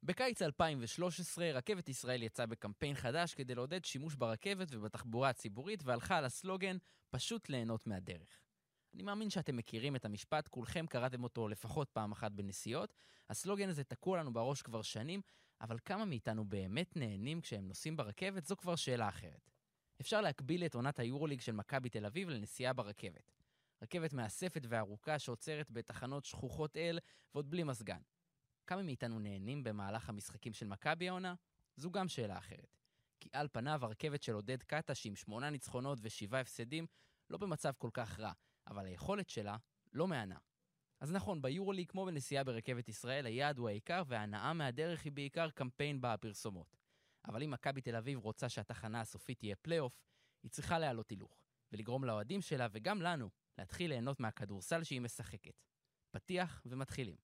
בקיץ 2013, רכבת ישראל יצאה בקמפיין חדש כדי לעודד שימוש ברכבת ובתחבורה הציבורית, והלכה על הסלוגן, פשוט ליהנות מהדרך. אני מאמין שאתם מכירים את המשפט, כולכם קראתם אותו לפחות פעם אחת בנסיעות. הסלוגן הזה תקוע לנו בראש כבר שנים, אבל כמה מאיתנו באמת נהנים כשהם נוסעים ברכבת, זו כבר שאלה אחרת. אפשר להקביל את עונת היורוליג של מכבי תל אביב לנסיעה ברכבת. רכבת מאספת וארוכה שעוצרת בתחנות שכוחות אל ועוד בלי מזגן. כמה מאיתנו נהנים במהלך המשחקים של מכבי העונה? זו גם שאלה אחרת. כי על פניו הרכבת של עודד קטש עם 8 ניצחונות ו7 הפסדים לא במצב כל כך רע, אבל היכולת שלה לא מענה. אז נכון, ביורוליג כמו בנסיעה ברכבת ישראל, היעד הוא העיקר וההנאה מהדרך היא בעיקר קמפיין בפרסומות. אבל אם מכבי תל אביב רוצה שהתחנה הסופית תהיה פלייאוף, היא צריכה להעלות הילוך, ולגרום לאוהדים שלה וגם לנו להתחיל ליהנות מהכדורסל שהיא משחקת. פתיח ומתחילים.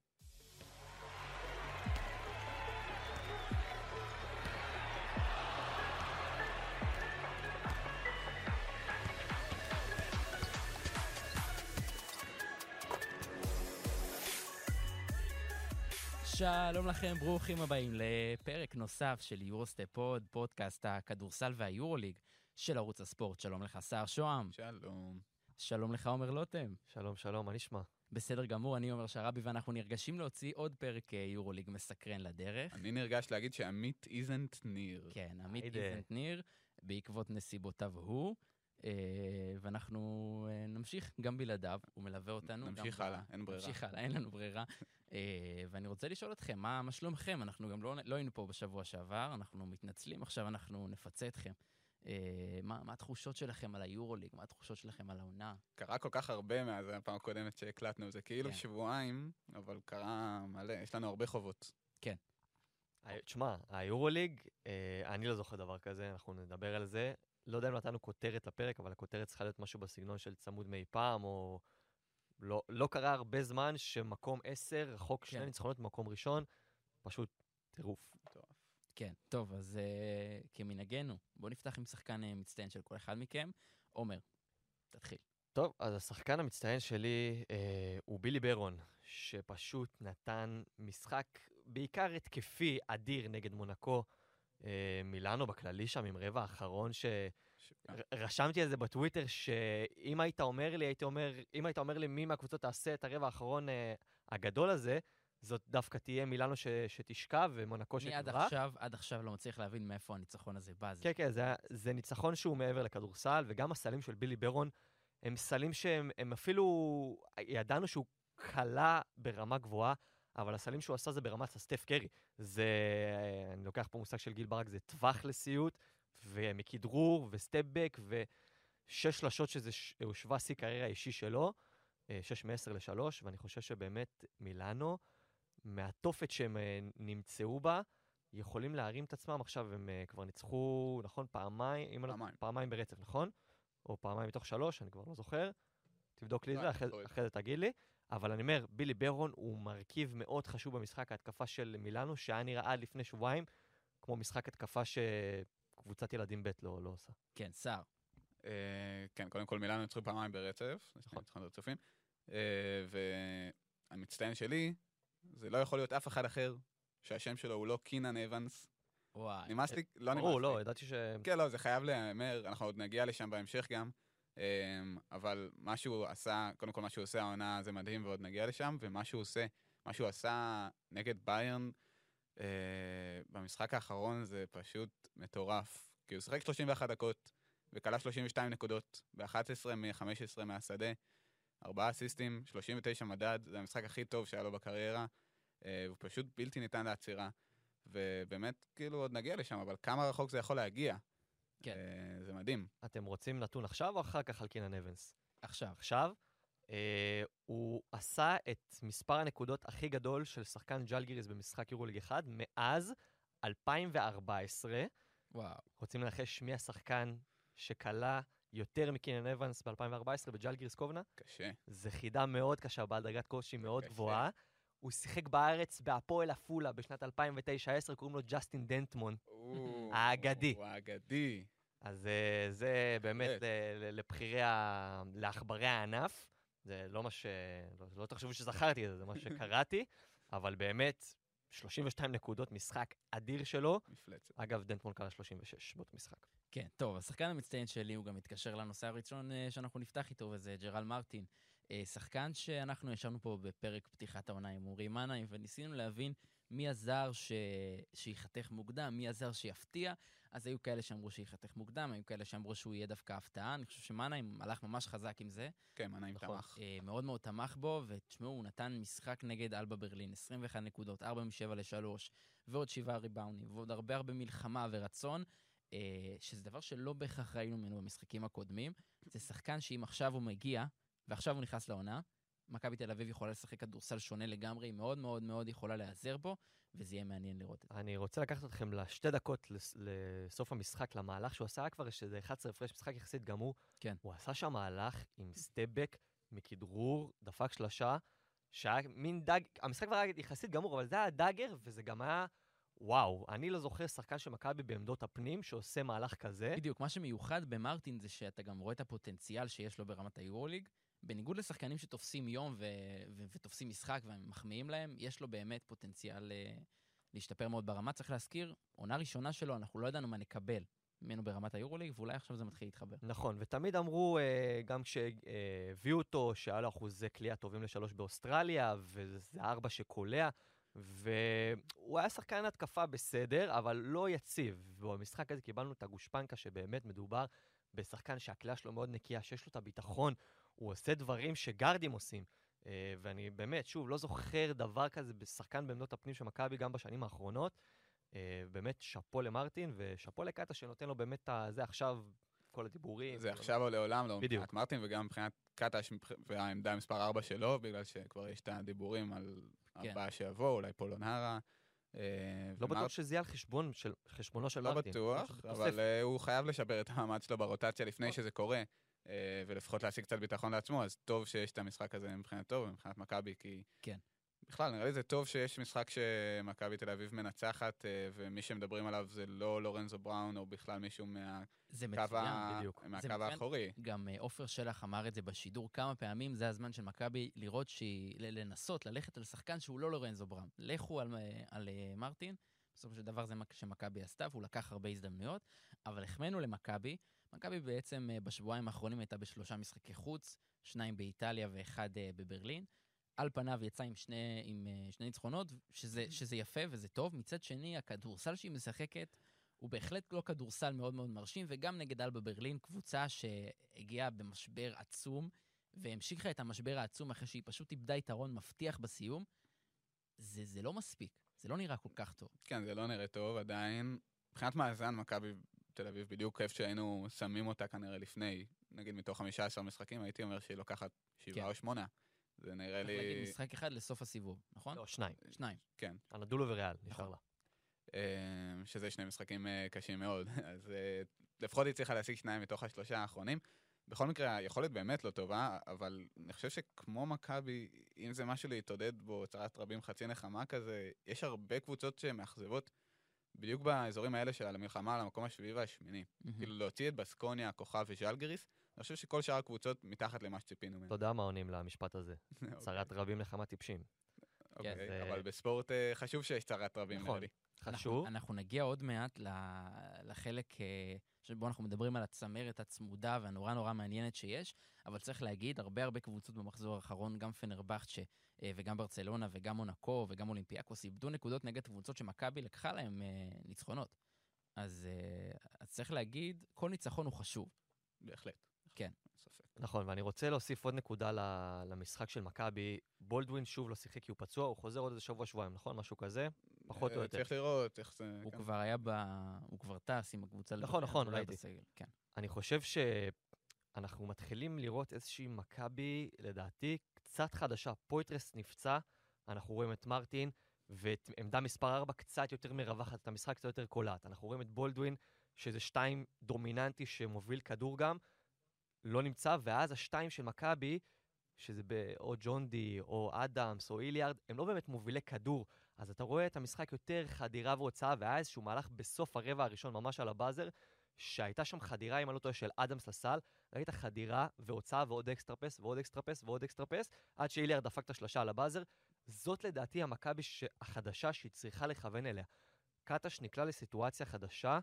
שלום לכם, ברוכים הבאים לפרק נוסף של יורוסטפ פוד, פודקאסט הכדורסל והיורוליג של ערוץ הספורט. שלום לך, שר שוהם. שלום. שלום לך, עומר לוטם. שלום, שלום, מה נשמע? בסדר גמור, אני עומר שרבי, ואנחנו נרגשים להוציא עוד פרק יורוליג מסקרן לדרך. אני נרגש להגיד שעמית איזנט ניר. כן, עמית איזנט ניר, בעקבות נסיבותיו הוא, ואנחנו נמשיך גם בלעדיו, הוא מלווה אותנו. נמשיך הלאה, אין ברירה. נמשיך הלאה, אין לנו ברירה. ואני רוצה לשאול אתכם, מה שלומכם? אנחנו גם לא היינו פה בשבוע שעבר, אנחנו מתנצלים, עכשיו אנחנו נפצה אתכם. מה התחושות שלכם על היורוליג? מה התחושות שלכם על העונה? קרה כל כך הרבה מאז הפעם הקודמת שהקלטנו, זה כאילו כן. שבועיים, אבל קרה מלא, יש לנו הרבה חובות. כן. תשמע, היורוליג, אני לא זוכר דבר כזה, אנחנו נדבר על זה. לא יודע אם נתנו כותרת לפרק, אבל הכותרת צריכה להיות משהו בסגנון של צמוד מי פעם, או לא קרה הרבה זמן שמקום 10, רחוק שני ניצחונות במקום ראשון, פשוט טירוף. כן, טוב, אז כמנהגנו, בואו נפתח עם שחקן מצטיין של כל אחד מכם. עומר, תתחיל. טוב, אז השחקן המצטיין שלי הוא בילי ברון, שפשוט נתן משחק בעיקר התקפי אדיר נגד מונקו, מילאנו בכללי שם עם רבע האחרון רשמתי על זה בטוויטר, שאם היית אומר לי, אם היית אומר לי מי מהקבוצות תעשה את הרבע האחרון הגדול הזה, זאת דווקא תהיה מילאנו שתשכב ומונקו שתברח. עד עכשיו לא מצליח להבין מאיפה הניצחון הזה בא. כן, כן, זה ניצחון שהוא מעבר לכדורסל, וגם הסלים של בילי ברון הם סלים שהם אפילו, ידענו שהוא קלה ברמה גבוהה, אבל הסלים שהוא עשה זה ברמת הסטף קרי. זה, אני לוקח פה מושג של גיל ברק, זה טווח לסיוט, ומכדרור, וסטפ-בק, ושש שלשות שזה הושווה שיא קריירה האישי שלו, 6 מ-10 ל-3, ואני חושב שבאמת מילאנו, מהתופת שהם נמצאו בה, יכולים להרים את עצמם. עכשיו הם כבר ניצחו, נכון, פעמיים ברצף, נכון? או פעמיים מתוך 3, אני כבר לא זוכר. תבדוק לי את זה, אחרי זה תגיד לי. אבל אני אומר, בילי ברון הוא מרכיב מאוד חשוב במשחק ההתקפה של מילאנו, שהיה נראה עד לפני שבועיים, כמו משחק התקפה שקבוצת ילדים ב' לא עושה. כן, שר. כן, קודם כל מילאנו ניצחו פעמיים ברצף, נכון. ניצחונות רצופים, והמצטיין שלי, זה לא יכול להיות אף אחד אחר, שהשם שלו הוא לא קינן אבנס. וואי. נמאס לי, לא נמאס לי. לא, ידעתי ש... כן, לא, זה חייב להיאמר, אנחנו עוד נגיע לשם בהמשך גם, אבל מה שהוא עשה, קודם כל מה שהוא עושה העונה זה מדהים ועוד נגיע לשם, ומה שהוא עשה נגד ביירן במשחק האחרון זה פשוט מטורף, כי הוא שחק 31 דקות וקלה 32 נקודות ב-11 מ-15 מהשדה, 4 אסיסטים, 39 מדד, זה המשחק הכי טוב שהיה לו בקריירה, הוא פשוט בלתי ניתן לעצירה, ובאמת כאילו עוד נגיע לשם, אבל כמה רחוק זה יכול להגיע. כן. זה מדהים. אתם רוצים נתון עכשיו או אחר כך על קינן אבנס? עכשיו. עכשיו, הוא עשה את מספר הנקודות הכי גדול של שחקן ג'לגיריס במשחק יורוליג 1 מאז 2014. וואו. רוצים לנחש מי השחקן שקלה יותר מקינן אבנס ב-2014 בג'לגיריס קובנה? קשה. זה חידה מאוד קשה, בעל דרגת קושי מאוד גבוהה. הוא שיחק בארץ בהפועל עפולה בשנת 2009-2010, קוראים לו ג'סטין דנטמון, האגדי. הוא האגדי. אז זה באמת לעכברי הענף. זה לא מה לא תחשבו שזכרתי את זה, זה מה שקראתי, אבל באמת 32 נקודות, משחק אדיר שלו. מפלצת. אגב, דנטמון קלה 36 באותו משחק. כן, טוב, השחקן המצטיין שלי הוא גם מתקשר לנושא הראשון שאנחנו נפתח איתו, וזה ג'רל מרטין. שחקן שאנחנו ישבנו פה בפרק פתיחת העונה עם אורי מנהיים, וניסינו להבין מי הזר שיחתך מוקדם, מי הזר שיפתיע. אז היו כאלה שאמרו שיחתך מוקדם, היו כאלה שאמרו שהוא יהיה דווקא הפתעה. אני חושב שמנהיים הלך ממש חזק עם זה. כן, מנהיים נכון. תמך. מאוד מאוד תמך בו, ותשמעו, הוא נתן משחק נגד אלבה ברלין, 21 נקודות, 4 מ-7 ל-3, ועוד 7 ריבאונים, ועוד הרבה מלחמה ורצון, שזה דבר שלא בהכרח ראינו ממנו במשחקים הקודמים. זה שחקן שאם עכשיו הוא מגיע, ועכשיו הוא נכנס לעונה, מכבי תל אביב יכולה לשחק כדורסל שונה לגמרי, היא מאוד מאוד מאוד יכולה להיעזר בו, וזה יהיה מעניין לראות את זה. אני רוצה לקחת אתכם לשתי דקות לסוף המשחק, למהלך שהוא עשה כבר, שזה 11 הפרש, משחק יחסית גמור. כן. הוא עשה שם מהלך עם סטפבק מכדרור, דפק שלשה, שהיה מין דג, המשחק כבר היה יחסית גמור, אבל זה היה דאגר, וזה גם היה, וואו, אני לא זוכר שחקן של מכבי בעמדות הפנים שעושה מהלך כזה. בדיוק, מה שמיוחד במרטין זה שאתה גם רואה את הפוטנציאל שיש לו ברמת היורוליג, בניגוד לשחקנים שתופסים יום ותופסים משחק ומחמיאים להם, יש לו באמת פוטנציאל להשתפר מאוד ברמה. צריך להזכיר, עונה ראשונה שלו, אנחנו לא ידענו מה נקבל ממנו ברמת היורוליג, ואולי עכשיו זה מתחיל להתחבר. נכון, ותמיד אמרו, גם כשהביאו אותו, שהיה לו אחוזי קליעה טובים ל3 באוסטרליה, וזה 4 שקולע, והוא היה שחקן התקפה בסדר, אבל לא יציב. ובמשחק הזה קיבלנו את הגושפנקה שבאמת מדובר בשחקן שהקליעה שלו מאוד נקייה, שיש לו את הביטחון, הוא עושה דברים שגרדים עושים. ואני באמת, שוב, לא זוכר דבר כזה בשחקן בעמדות הפנים של מכבי גם בשנים האחרונות. באמת, שאפו למרטין, ושאפו לקטע שנותן לו באמת זה עכשיו, כל הדיבורים. זה עכשיו או לעולם, לא בדיוק. מבחינת מרטין, וגם מבחינת קטש והעמדה מספר 4 שלו, בגלל שכבר יש את הדיבורים על כן. הבא שיבוא, אולי פולונרה. לא בטוח שזה יהיה על חשבונו של לא מרטין. בטוח, אבל הוא חייב לשפר את המעמד שלו ברוטציה לפני שזה קורה, ולפחות להשיג קצת ביטחון לעצמו, אז טוב שיש את המשחק הזה מבחינת טוב, מבחינת מכבי, כי... כן. בכלל, נראה לי זה טוב שיש משחק שמכבי תל אביב מנצחת, ומי שמדברים עליו זה לא לורנזו בראון, או בכלל מישהו מהקו האחורי. גם עופר שלח אמר את זה בשידור כמה פעמים, זה הזמן של מכבי לראות לנסות, ללכת על שחקן שהוא לא לורנזו בראון. לכו על מרטין, בסופו של דבר זה מה שמכבי עשתה, והוא לקח הרבה הזדמנויות, אבל החמנו למכבי. מכבי בעצם בשבועיים האחרונים הייתה ב3 משחקי חוץ, 2 באיטליה ו1 בברלין. על פניו יצא עם שני ניצחונות, שזה יפה וזה טוב. מצד שני, הכדורסל שהיא משחקת, הוא בהחלט לא כדורסל מאוד מאוד מרשים, וגם נגד אלבה ברלין, קבוצה שהגיעה במשבר עצום, והמשיכה את המשבר העצום אחרי שהיא פשוט איבדה יתרון מבטיח בסיום. זה לא מספיק, זה לא נראה כל כך טוב. כן, זה לא נראה טוב עדיין. מבחינת מאזן, מכבי תל אביב בדיוק כיף שהיינו שמים אותה כנראה לפני, נגיד מתוך 15 משחקים, הייתי אומר שהיא לוקחת 7 או 8. זה נראה לי... צריך להגיד משחק אחד לסוף הסיבוב, נכון? לא, 2. 2. כן. אנדולו וריאל, נשאר לה. שזה 2 משחקים קשים מאוד. אז לפחות היא צריכה להשיג 2 מתוך 3 האחרונים. בכל מקרה, היכולת באמת לא טובה, אבל אני חושב שכמו מכבי, אם זה משהו להתעודד בו, צרת רבים חצי נחמה כזה, יש הרבה קבוצות שמאכזבות בדיוק באזורים האלה של המלחמה על המקום השביעי והשמיני. כאילו להוציא את בסקוניה, הכוכב וז'לגריס, אני חושב שכל שאר הקבוצות מתחת למה שציפינו מהם. תודה מה עונים למשפט הזה. צרת רבים נחמה טיפשים. אוקיי, אבל בספורט חשוב שיש צרת רבים, נראה לי. חשוב. אנחנו נגיע עוד מעט לחלק שבו אנחנו מדברים על הצמרת הצמודה והנורא נורא מעניינת שיש, אבל צריך להגיד, הרבה קבוצות במחזור האחרון, גם פנרבחצ'ה וגם ברצלונה וגם מונקו וגם אולימפיאקוס, איבדו נקודות נגד קבוצות שמכבי לקחה להם ניצחונות. אז צריך להגיד, כל ניצחון הוא חשוב. בהחלט. כן. נכון, ואני רוצה להוסיף עוד נקודה למשחק של מכבי. בולדווין שוב לא שיחק כי הוא פצוע, הוא חוזר עוד איזה שבוע-שבועיים, נכון? משהו כזה? פחות או יותר. צריך לראות איך זה... הוא כבר היה הוא כבר טס עם הקבוצה. נכון, ראיתי. כן. אני חושב שאנחנו מתחילים לראות איזושהי מכבי, לדעתי, קצת חדשה. פויטרס נפצע, אנחנו רואים את מרטין, ואת עמדה מספר 4 קצת יותר מרווחת, את המשחק קצת יותר קולט. אנחנו רואים את בולדווין, שזה 2 דומיננטי שמוביל כדור גם, לא נמצא, ואז השתיים של מכבי, שזה או ג'ון די, או אדמס, או איליארד, הם לא באמת מובילי כדור. אז אתה רואה את המשחק יותר חדירה והוצאה, והיה איזשהו מהלך בסוף הרבע הראשון, ממש על הבאזר, שהייתה שם חדירה, אם אני לא טועה, של אדמס לסל, ראית חדירה והוצאה ועוד אקסטרפס, ועוד אקסטרפס, ועוד אקסטרפס, עד שאיליארד דפק את השלשה על הבאזר. זאת לדעתי המכבי החדשה שהיא צריכה לכוון אליה. קטש נקלע לסיטואציה חדשה,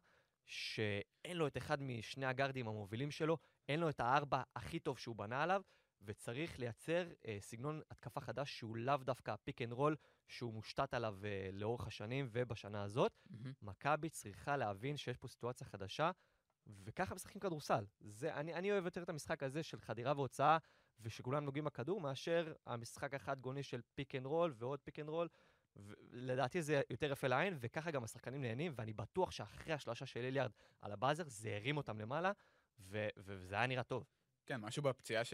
שאין לו את אחד משני הגארדים המובילים שלו, אין לו את הארבע הכי טוב שהוא בנה עליו, וצריך לייצר סגנון התקפה חדש שהוא לאו דווקא הפיק אנד רול, שהוא מושתת עליו לאורך השנים ובשנה הזאת. מכבי צריכה להבין שיש פה סיטואציה חדשה, וככה משחקים כדורסל. אני אוהב יותר את המשחק הזה של חדירה והוצאה, ושכולם נוגעים בכדור, מאשר המשחק אחד גוני של פיק אנד רול ועוד פיק אנד רול, לדעתי זה יותר יפה לעין, וככה גם השחקנים נהנים, ואני בטוח שאחרי השלושה של ליליארד על הבאזר, זה הרים אותם למעלה, וזה היה נראה טוב. כן, משהו בפציעה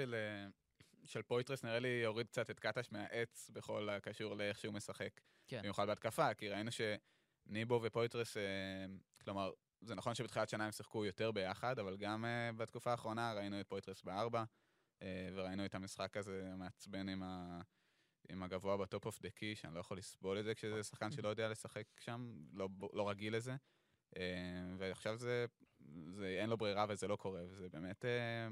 של פויטרס נראה לי הוריד קצת את קטש מהעץ בכל הקשור לאיך שהוא משחק. כן. במיוחד בהתקפה, כי ראינו שניבו ופויטרס, כלומר, זה נכון שבתחילת שנה הם שיחקו יותר ביחד, אבל גם בתקופה האחרונה ראינו את פויטרס בארבע, וראינו את המשחק הזה מעצבן עם הגבוה בטופ אוף דקי, שאני לא יכול לסבול את זה כשזה שחקן שלא יודע לשחק שם, לא רגיל לזה. ועכשיו אין לו ברירה וזה לא קורה, וזה באמת...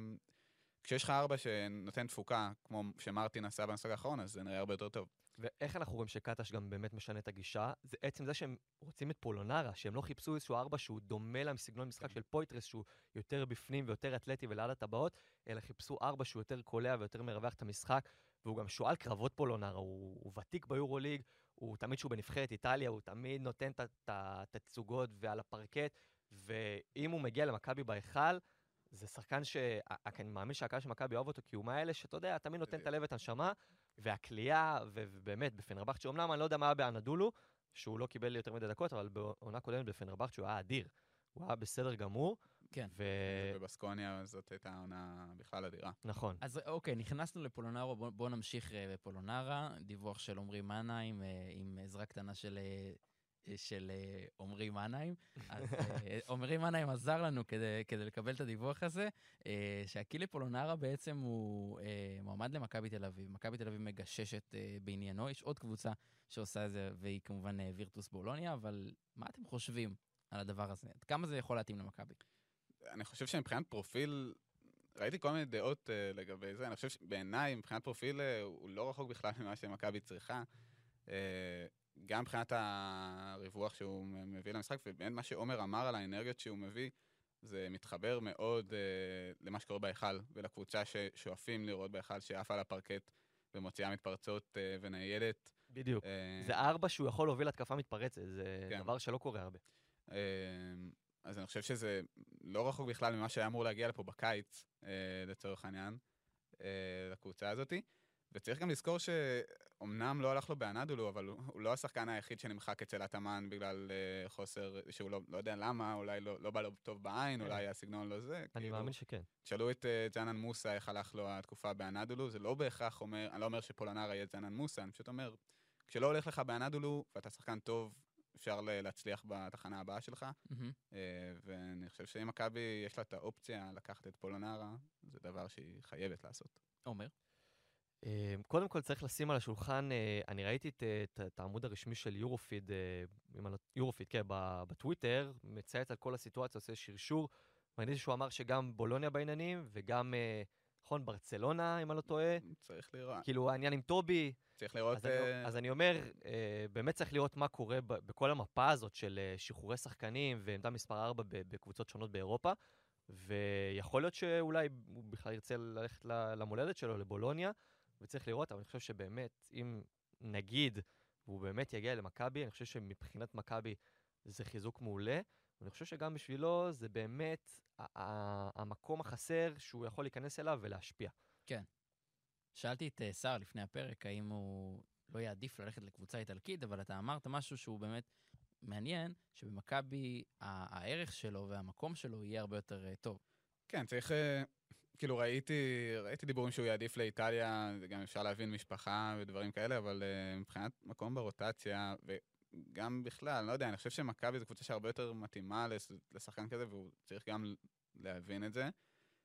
כשיש לך ארבע שנותן תפוקה, כמו שמרטין עשה במשחק האחרון, אז זה נראה הרבה יותר טוב. ואיך אנחנו רואים שקטש גם באמת משנה את הגישה? זה עצם זה שהם רוצים את פולונרה, שהם לא חיפשו איזשהו ארבע שהוא דומה לסגנון משחק של פויטרס, שהוא יותר בפנים ויותר אתלטי וליד הטבעות, אלא חיפשו ארבע שהוא יותר קולע ויותר מרווח את המשחק, והוא גם שואל קרבות פולונרה, הוא ותיק ביורוליג, הוא תמיד שהוא בנבחרת איטליה, הוא תמיד נותן את התצוגות ועל הפרקט, ואם הוא מגיע למכבי בהיכל, זה שחקן שאני מאמין שהקהל של מכבי אוהב אותו, כי הוא מהאלה שאתה יודע, תמיד נותן את הלב את הנשמה, והקליעה, ובאמת, בפנרבכט, שאומנם אני לא יודע מה היה באנדולו, שהוא לא קיבל יותר מדי דקות, אבל בעונה קודמת בפנרבכט שהוא היה אדיר. הוא היה בסדר גמור. כן. ובסקוניה זאת הייתה עונה בכלל אדירה. נכון. אז אוקיי, נכנסנו לפולונרה, בואו נמשיך בפולונרה, דיווח של עומרי מנהיים, עם עזרה קטנה של עומרי מנהיים. אז עומרי מנהיים עזר לנו כדי לקבל את הדיווח הזה, שהקילי פולונרה בעצם הוא מועמד למכבי תל אביב. מכבי תל אביב מגששת בעניינו, יש עוד קבוצה שעושה את זה, והיא כמובן וירטוס בולוניה, אבל מה אתם חושבים על הדבר הזה? עד כמה זה יכול להתאים למכבי? אני חושב שמבחינת פרופיל, ראיתי כל מיני דעות לגבי זה, אני חושב שבעיניי מבחינת פרופיל הוא לא רחוק בכלל ממה שמכבי צריכה, גם מבחינת הריווח שהוא מביא למשחק, ובאמת מה שעומר אמר על האנרגיות שהוא מביא, זה מתחבר מאוד למה שקורה בהיכל, ולקבוצה ששואפים לראות בהיכל שעף על הפרקט ומוציאה מתפרצות וניידת. בדיוק. זה ארבע שהוא יכול להוביל התקפה מתפרצת, זה דבר שלא קורה הרבה. אז אני חושב שזה לא רחוק בכלל ממה שהיה אמור להגיע לפה בקיץ, לצורך העניין, לקבוצה הזאת. וצריך גם לזכור שאומנם לא הלך לו באנדולו, אבל הוא לא השחקן היחיד שנמחק אצל התאמן בגלל חוסר, שהוא לא יודע למה, אולי לא בא לו טוב בעין, אולי הסגנון לא זה. אני מאמין שכן. תשאלו את ג'אנן מוסה איך הלך לו התקופה באנדולו, זה לא בהכרח אומר, אני לא אומר שפולונרה יהיה ג'אנן מוסה, אני פשוט אומר, כשלא הולך לך באנדולו ואתה שחקן טוב, אפשר להצליח בתחנה הבאה שלך, ואני חושב שאם מכבי יש לה את האופציה לקחת את פולונרה, זה דבר שהיא חייבת לעשות. עומר? קודם כל צריך לשים על השולחן, אני ראיתי את העמוד הרשמי של יורופיד, כן, בטוויטר, מצייץ על כל הסיטואציה, עושה שרשור, ואני שהוא אמר שגם בולוניה בעניינים, וגם, נכון, ברצלונה, אם אני לא טועה. צריך לראות. כאילו העניין עם טובי. צריך לראות... אז אני אומר, באמת צריך לראות מה קורה בכל המפה הזאת של שחרורי שחקנים, ועמדה מספר 4 בקבוצות שונות באירופה, ויכול להיות שאולי הוא בכלל ירצה ללכת למולדת שלו, לבולוניה, וצריך לראות, אבל אני חושב שבאמת, אם נגיד, והוא באמת יגיע למכבי, אני חושב שמבחינת מכבי זה חיזוק מעולה, ואני חושב שגם בשבילו זה באמת המקום החסר שהוא יכול להיכנס אליו ולהשפיע. כן. שאלתי את שר לפני הפרק, האם הוא לא יעדיף ללכת לקבוצה איטלקית, אבל אתה אמרת משהו שהוא באמת מעניין, שבמכבי הערך שלו והמקום שלו יהיה הרבה יותר טוב. כן, צריך... כאילו ראיתי דיבורים שהוא יעדיף לאיטליה, גם אפשר להבין משפחה ודברים כאלה, אבל מבחינת מקום ברוטציה, וגם בכלל, לא יודע, אני חושב שמכבי זו קבוצה שהרבה יותר מתאימה לשחקן כזה, והוא צריך גם להבין את זה.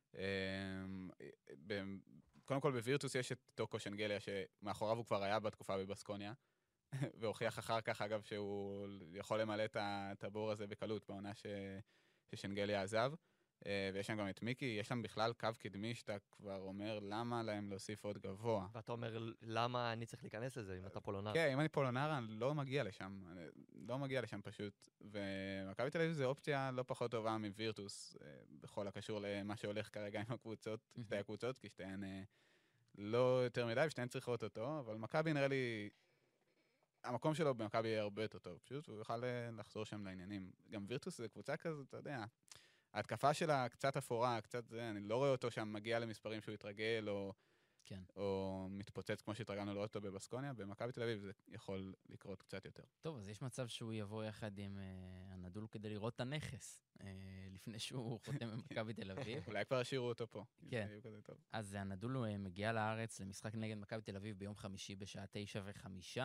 קודם כל בווירטוס יש את טוקו שנגליה, שמאחוריו הוא כבר היה בתקופה בבסקוניה, והוכיח אחר כך, אגב, שהוא יכול למלא את הבור הזה בקלות, בעונה ששנגליה עזב. ויש להם גם את מיקי, יש להם בכלל קו קדמי שאתה כבר אומר למה להם להוסיף עוד גבוה. ואתה אומר, למה אני צריך להיכנס לזה אם אתה פולונר? כן, אם אני פולונר, אני לא מגיע לשם. אני לא מגיע לשם פשוט. ומכבי תל אביב זה אופציה לא פחות טובה מווירטוס, בכל הקשור למה שהולך כרגע עם הקבוצות, שתי הקבוצות, כי שתיהן לא יותר מדי, ושתיהן צריכות אותו, אבל מכבי נראה לי, המקום שלו במכבי יהיה הרבה יותר טוב, פשוט, והוא יוכל לחזור שם לעניינים. גם וירטוס זה קבוצה כזאת, אתה יודע, ההתקפה שלה קצת אפורה, קצת זה, אני לא רואה אותו שם מגיע למספרים שהוא יתרגל, כן. או מתפוצץ כמו שהתרגלנו לראות אותו בבסקוניה, במכבי תל אביב זה יכול לקרות קצת יותר. טוב, אז יש מצב שהוא יבוא יחד עם הנדולו כדי לראות את הנכס, לפני שהוא חותם במכבי תל אביב. אולי כבר השאירו אותו פה. כן. אז הנדולו מגיע לארץ למשחק נגד מכבי תל אביב ביום חמישי בשעה 9:05.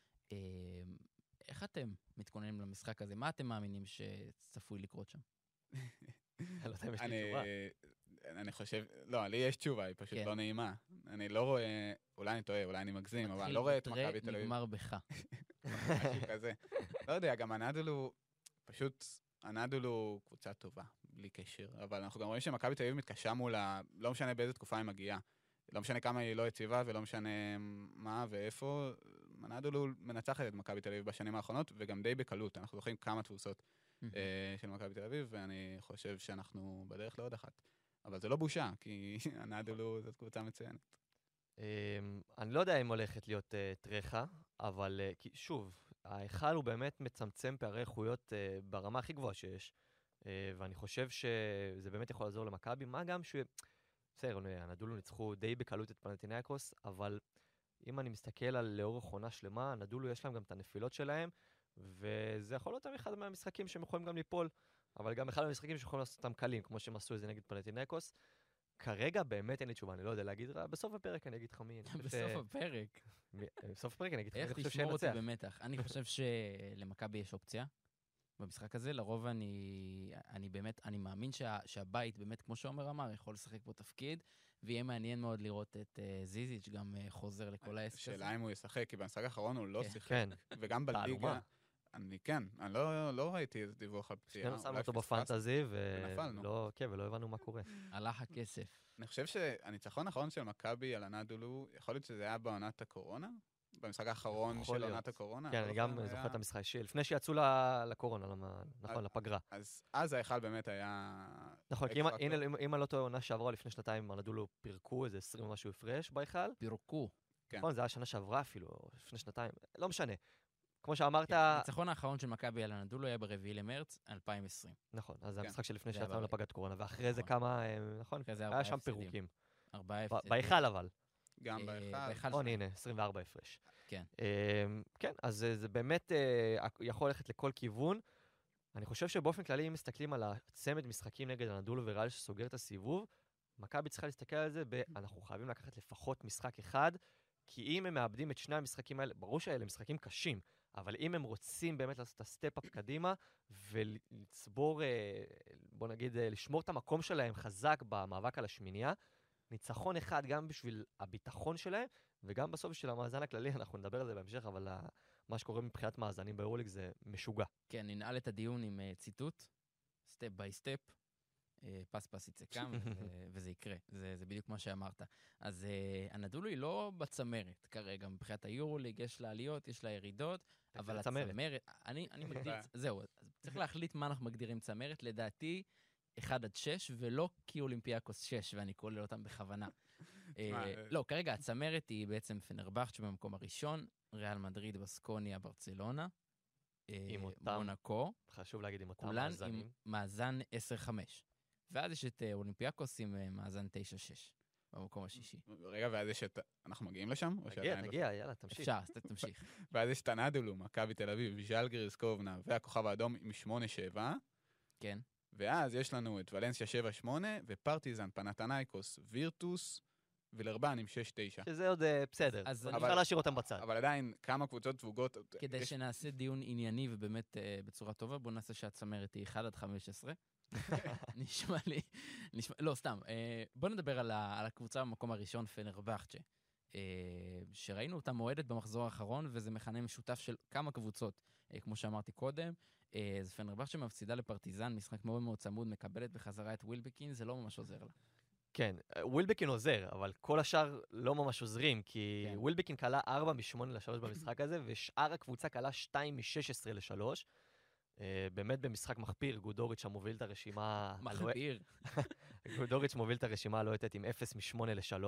איך אתם מתכוננים למשחק הזה? מה אתם מאמינים שצפוי לקרות שם? לא יודע אם יש לי תשובה. אני חושב, לא, לי יש תשובה, היא פשוט לא נעימה. אני לא רואה, אולי אני טועה, אולי אני מגזים, אבל אני לא רואה את מכבי תל אביב. נגמר בך. משהו כזה. לא יודע, גם הנדולו, פשוט, הנדולו קבוצה טובה, בלי קשר. אבל אנחנו גם רואים שמכבי תל אביב מתקשה מולה, לא משנה באיזה תקופה היא מגיעה. לא משנה כמה היא לא יציבה, ולא משנה מה ואיפה. הנדולו מנצחת את מכבי תל אביב בשנים האחרונות, וגם די בקלות. אנחנו זוכרים כמה תבוסות של מכבי תל אביב, ואני חושב שאנחנו בדרך לעוד אחת. אבל זה לא בושה, כי הנדולו זאת קבוצה מצוינת. אני לא יודע אם הולכת להיות טרחה, אבל שוב, ההיכל הוא באמת מצמצם פערי איכויות ברמה הכי גבוהה שיש, ואני חושב שזה באמת יכול לעזור למכבי, מה גם בסדר, הנדולו ניצחו די בקלות את פנתינייקוס, אבל אם אני מסתכל על לאורך עונה שלמה, הנדולו יש להם גם את הנפילות שלהם, וזה יכול להיות אחד מהמשחקים שהם יכולים גם ליפול, אבל גם אחד מהמשחקים שיכולים לעשות אותם קלים, כמו שהם עשו את זה נגד פנתינייקוס. כרגע באמת אין לי תשובה, אני לא יודע להגיד, בסוף הפרק אני אגיד לך מי. בסוף הפרק. בסוף הפרק אני אגיד לך מי. איך תשמור אותי במתח? אני חושב שלמכבי יש אופציה במשחק הזה. לרוב אני באמת, אני מאמין שהבית באמת, כמו שעומר אמר, יכול לשחק פה תפקיד, ויהיה מעניין מאוד לראות את זיזיץ' גם חוזר לכל העסק הזה. השאלה אם הוא ישחק, כי במשחק האחרון הוא לא שיחק. כן. וגם בליגה. אני לא ראיתי איזה דיווח על פציעה. שנינו שמנו אותו בפנטזי, ולא הבנו מה קורה. הלך הכסף. אני חושב שהניצחון האחרון של מכבי על הנדולו, יכול להיות שזה היה בעונת הקורונה? במשחק האחרון של עונת הקורונה? כן, אני גם זוכר את המשחק לפני שיצאו לקורונה, נכון, לפגרה. אז ההיכל באמת היה... נכון, כי אם אני לא טועה עונה שעברה לפני שנתיים, הנדולו פירקו איזה 20 ומשהו הפרש בהיכל. פירקו. נכון, זה היה שנה שעברה אפילו, לפני שנתיים, לא משנה. כמו שאמרת... הניצחון האחרון של מכבי על הנדולו היה ב4 למרץ 2020. נכון, אז זה המשחק שלפני שיצאנו לפגרת קורונה, ואחרי זה כמה, נכון, היה שם פירוקים. 4 הפסדים. בהיכל אבל. גם בהיכל. הנה, 24 הפרש. כן. כן, אז זה באמת יכול ללכת לכל כיוון. אני חושב שבאופן כללי, אם מסתכלים על הצמד משחקים נגד הנדולו וריאל שסוגר את הסיבוב, מכבי צריכה להסתכל על זה אנחנו חייבים לקחת לפחות משחק אחד, כי אם הם מאבדים את שני המשחקים האלה, ברור שאלה משחקים קשים, אבל אם הם רוצים באמת לעשות את הסטפ-אפ קדימה, ולצבור, בוא נגיד, לשמור את המקום שלהם חזק במאבק על השמינייה, ניצחון אחד גם בשביל הביטחון שלהם, וגם בסוף בשביל המאזן הכללי, אנחנו נדבר על זה בהמשך, אבל מה שקורה מבחינת מאזנים ביורוליג זה משוגע. כן, ננעל את הדיון עם ציטוט, סטפ ביי סטפ, פס יצא קם, וזה יקרה. זה בדיוק מה שאמרת. אז הנדולו היא לא בצמרת כרגע, מבחינת היורוליג, יש לה עליות, יש לה ירידות, אבל הצמרת, אני מגדיר, זהו, צריך להחליט מה אנחנו מגדירים צמרת, לדעתי 1-6, ולא כי אולימפיאקוס 6, ואני כולל אותם בכוונה. לא, כרגע הצמרת היא בעצם פנרבכצ'ה במקום הראשון, ריאל מדריד, בסקוניה, ברצלונה, מונקו, חשוב להגיד עם אותם כולן מאזנים. עם מאזן 10-5. ואז יש את אולימפיאקוס עם מאזן 9-6, במקום השישי. רגע, ואז יש את... אנחנו מגיעים לשם? נגיע, יאללה, תמשיך. אפשר, אז תמשיך. ואז יש את הנדולו, מכבי תל אביב, ז'לגיריס קובנה והכוכב האדום עם 8-7. כן. ואז יש לנו את ולנסיה 7-8, ופרטיזן, פנתנייקוס, וירטוס, ולרבן עם 6-9. שזה עוד בסדר, אפשר להשאיר אותם בצד. אבל עדיין, כמה קבוצות דבוגות... כדי שנעשה דיון ענייני ובאמת בצורה טובה, בואו נעשה שהצמרת היא 1-15. נשמע לי... לא, סתם. בואו נדבר על הקבוצה במקום הראשון, פנרבכצ'ה. שראינו אותה מועדת במחזור האחרון, וזה מכנה משותף של כמה קבוצות. כמו שאמרתי קודם. אז פנרבחצ'ה שמפסידה לפרטיזן, משחק מאוד מאוד צמוד, מקבלת בחזרה את ווילבקין, זה לא ממש עוזר לה. כן, ווילבקין עוזר, אבל כל השאר לא ממש עוזרים, כי כן. ווילבקין קלה 4 מ-8 ל-3 במשחק הזה, ושאר הקבוצה קלה 2 מ-16 ל-3. באמת במשחק מחפיר, גודוריץ' המוביל את הרשימה... מחפיר. גודוריץ' מוביל את הרשימה הלוהטת עם 0 מ-8 ל-3.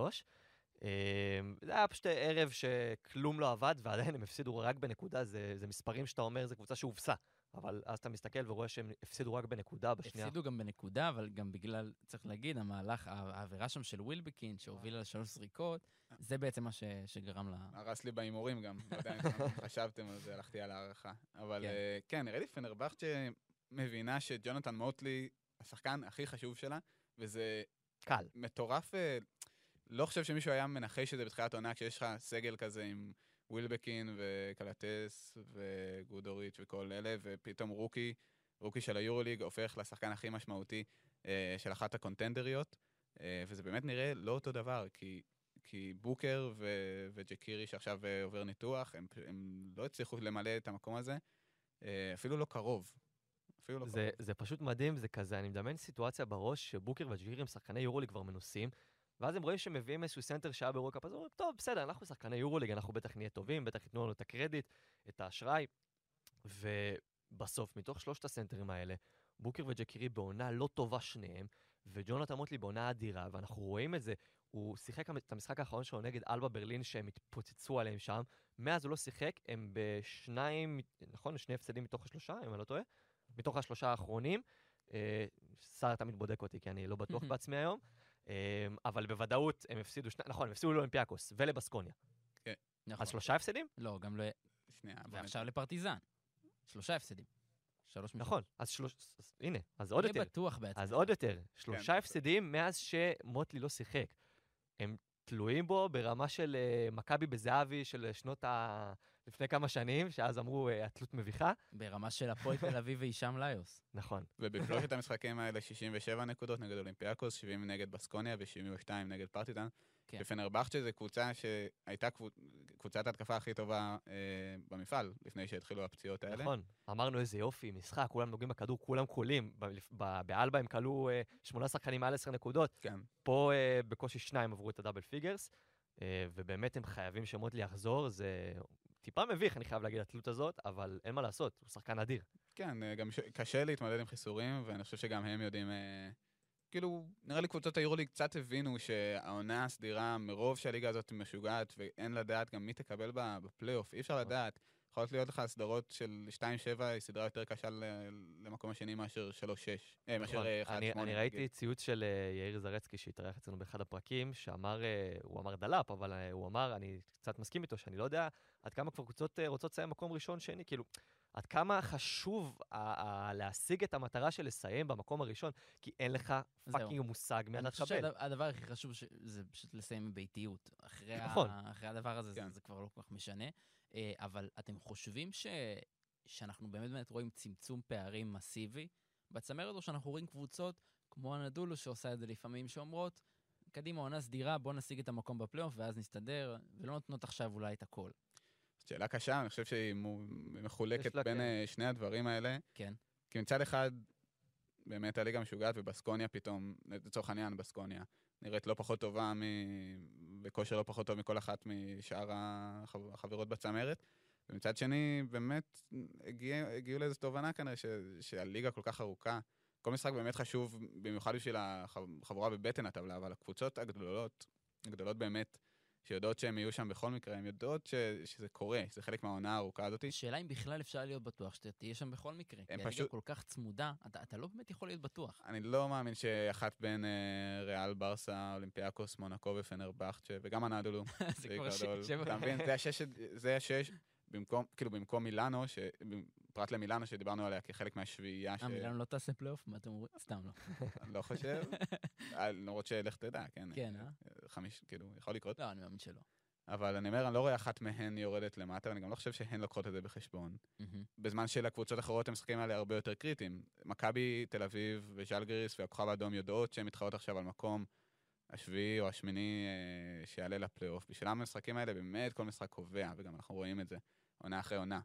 זה היה פשוט ערב שכלום לא עבד, ועדיין הם הפסידו רק בנקודה, זה מספרים שאתה אומר, זה קבוצה שהובסה. אבל אז אתה מסתכל ורואה שהם הפסידו רק בנקודה בשנייה. הפסידו גם בנקודה, אבל גם בגלל, צריך להגיד, המהלך, העבירה שם של ווילבקין, שהובילה ל3 זריקות, זה בעצם מה שגרם לה... הרס לי בהימורים גם, לא יודע אם חשבתם על זה, הלכתי על הערכה. אבל כן, נראה לי פנרבחצ'ה מבינה שג'ונתן מוטלי, השחקן הכי חשוב שלה, וזה קל. מטורף. לא חושב שמישהו היה מנחש שזה בתחילת העונה, כשיש לך סגל כזה עם ווילבקין וקלטס וגודוריץ' וכל אלה, ופתאום רוקי של היורוליג הופך לשחקן הכי משמעותי של אחת הקונטנדריות, וזה באמת נראה לא אותו דבר, כי בוקר וג'קירי שעכשיו עובר ניתוח, הם לא הצליחו למלא את המקום הזה, אפילו לא קרוב. זה פשוט מדהים, זה כזה, אני מדמיין סיטואציה בראש שבוקר וג'קירי הם שחקני יורוליג כבר מנוסים, ואז הם רואים שמביאים איזשהו סנטר שהיה ברוקאפ, אז אומרים, טוב, בסדר, אנחנו שחקני יורוליג, אנחנו בטח נהיה טובים, בטח ייתנו לנו את הקרדיט, את האשראי, ובסוף, מתוך 3 הסנטרים האלה, בוקר וג'קירי בעונה לא טובה שניהם, וג'ונתן מוטלי בעונה אדירה, ואנחנו רואים את זה, הוא שיחק את המשחק האחרון שלו נגד אלבה ברלין, שהם התפוצצו עליהם שם, מאז הוא לא שיחק, הם בשניים, נכון? 2 הפסדים מתוך 3, אם אני לא טועה, מתוך 3 האחרונים, שר תמיד בודק אותי, כי אני לא בטוח בעצמי היום, אבל בוודאות הם הפסידו, נכון, הם הפסידו לאולימפיאקוס ולבסקוניה. כן. אז 3 הפסדים? לא, גם לא... ועכשיו לפרטיזן. 3 הפסדים. 3 נכון, אז הנה, אז עוד יותר. אני בטוח בעצמך. אז עוד יותר. 3 הפסדים מאז שמוטלי לא שיחק. הם תלויים בו ברמה של מכבי בזהבי של שנות לפני כמה שנים, שאז אמרו, התלות מביכה. ברמה של הפועל תל אביב ואישם ליוס. נכון. ובשלושת המשחקים האלה 67 נקודות נגד אולימפיאקוס, 70 נגד בסקוניה ו-72 נגד פרטיזן. כן. ופנרבחצ'ה זו קבוצה שהייתה קבוצת ההתקפה הכי טובה במפעל, לפני שהתחילו הפציעות האלה. נכון. אמרנו איזה יופי, משחק, כולם נוגעים בכדור, כולם קולים. באלבה הם קלו 8 שחקנים מעל 10 נקודות. כן. פה בקושי 2 עברו את הדאבל פיגרס, ובאמת הם חייבים שמוטלי יחזור, זה טיפה מביך, אני חייב להגיד, התלות הזאת, אבל אין מה לעשות, הוא שחקן אדיר. כן, גם קשה להתמודד עם חיסורים, ואני חושב שגם הם יודעים, כאילו, נראה לי קבוצות היורוליג קצת הבינו שהעונה הסדירה מרוב שהליגה הזאת משוגעת, ואין לדעת גם מי תקבל בפלייאוף, אי אפשר לדעת. יכולות להיות לך סדרות של 2-7, היא סדרה יותר קשה למקום השני מאשר 3-6. מאשר 1-8. אני ראיתי ציוץ של יאיר זרצקי שהתארח אצלנו באחד הפרקים, שאמר, הוא אמר דלאפ, אבל הוא אמר, אני קצת מסכים איתו, שאני לא יודע עד כמה כבר קבוצות רוצות לסיים מקום ראשון שני, כאילו, עד כמה חשוב להשיג את המטרה של לסיים במקום הראשון, כי אין לך פאקינג מושג מה אתה תקבל. אני חושב שהדבר הכי חשוב זה פשוט לסיים בביתיות. נכון. אחרי הדבר הזה זה כבר לא כל כך משנה. אבל אתם חושבים שאנחנו באמת רואים צמצום פערים מסיבי בצמרת, או שאנחנו רואים קבוצות כמו הנדולו שעושה את זה לפעמים, שאומרות, קדימה, עונה סדירה, בוא נשיג את המקום בפלייאוף ואז נסתדר, ולא נותנות עכשיו אולי את הכל. שאלה קשה, אני חושב שהיא מחולקת בין שני הדברים האלה. כן. כי מצד אחד, באמת הליגה משוגעת, ובסקוניה פתאום, לצורך העניין בסקוניה, נראית לא פחות טובה, בכושר לא פחות טוב מכל אחת משאר החברות בצמרת. ומצד שני, באמת הגיעו לאיזו תובנה כנראה שהליגה כל כך ארוכה. כל משחק באמת חשוב, במיוחד בשביל החבורה בבטן הטבלה, אבל הקבוצות הגדולות באמת, שיודעות שהם יהיו שם בכל מקרה, הן יודעות שזה קורה, שזה חלק מהעונה הארוכה הזאת. שאלה אם בכלל אפשר להיות בטוח שאתה תהיה שם בכל מקרה. כי הליגה כל כך צמודה, אתה לא באמת יכול להיות בטוח. אני לא מאמין שאחת בין ריאל, ברסה, אולימפיאקוס, מונקו ופנרבחצ'ה, וגם הנדולו. זה כבר 6. אתה מבין? זה 6, במקום מילאנו, פרט למילאנו שדיברנו עליה כחלק מהשביעייה. מילאנו לא תעשה פלייאוף? מה אתם אומרים? סתם לא. אני לא חושב. למרות שלך תדע, כן. כן, 5, כאילו, יכול לקרות. לא, אני מאמין שלא. אבל אני אומר, אני לא רואה אחת מהן יורדת למטה, ואני גם לא חושב שהן לוקחות את זה בחשבון. בזמן שלקבוצות אחרות המשחקים האלה הרבה יותר קריטיים. מכבי, תל אביב וז'לגיריס והכוכב האדום יודעות שהן מתחרות עכשיו על מקום השביעי או השמיני שיעלה לפלייאוף. בשלב המשחקים האלה באמת כל משחק קובע, וגם אנחנו רואים את זה עונה אחרי עונה.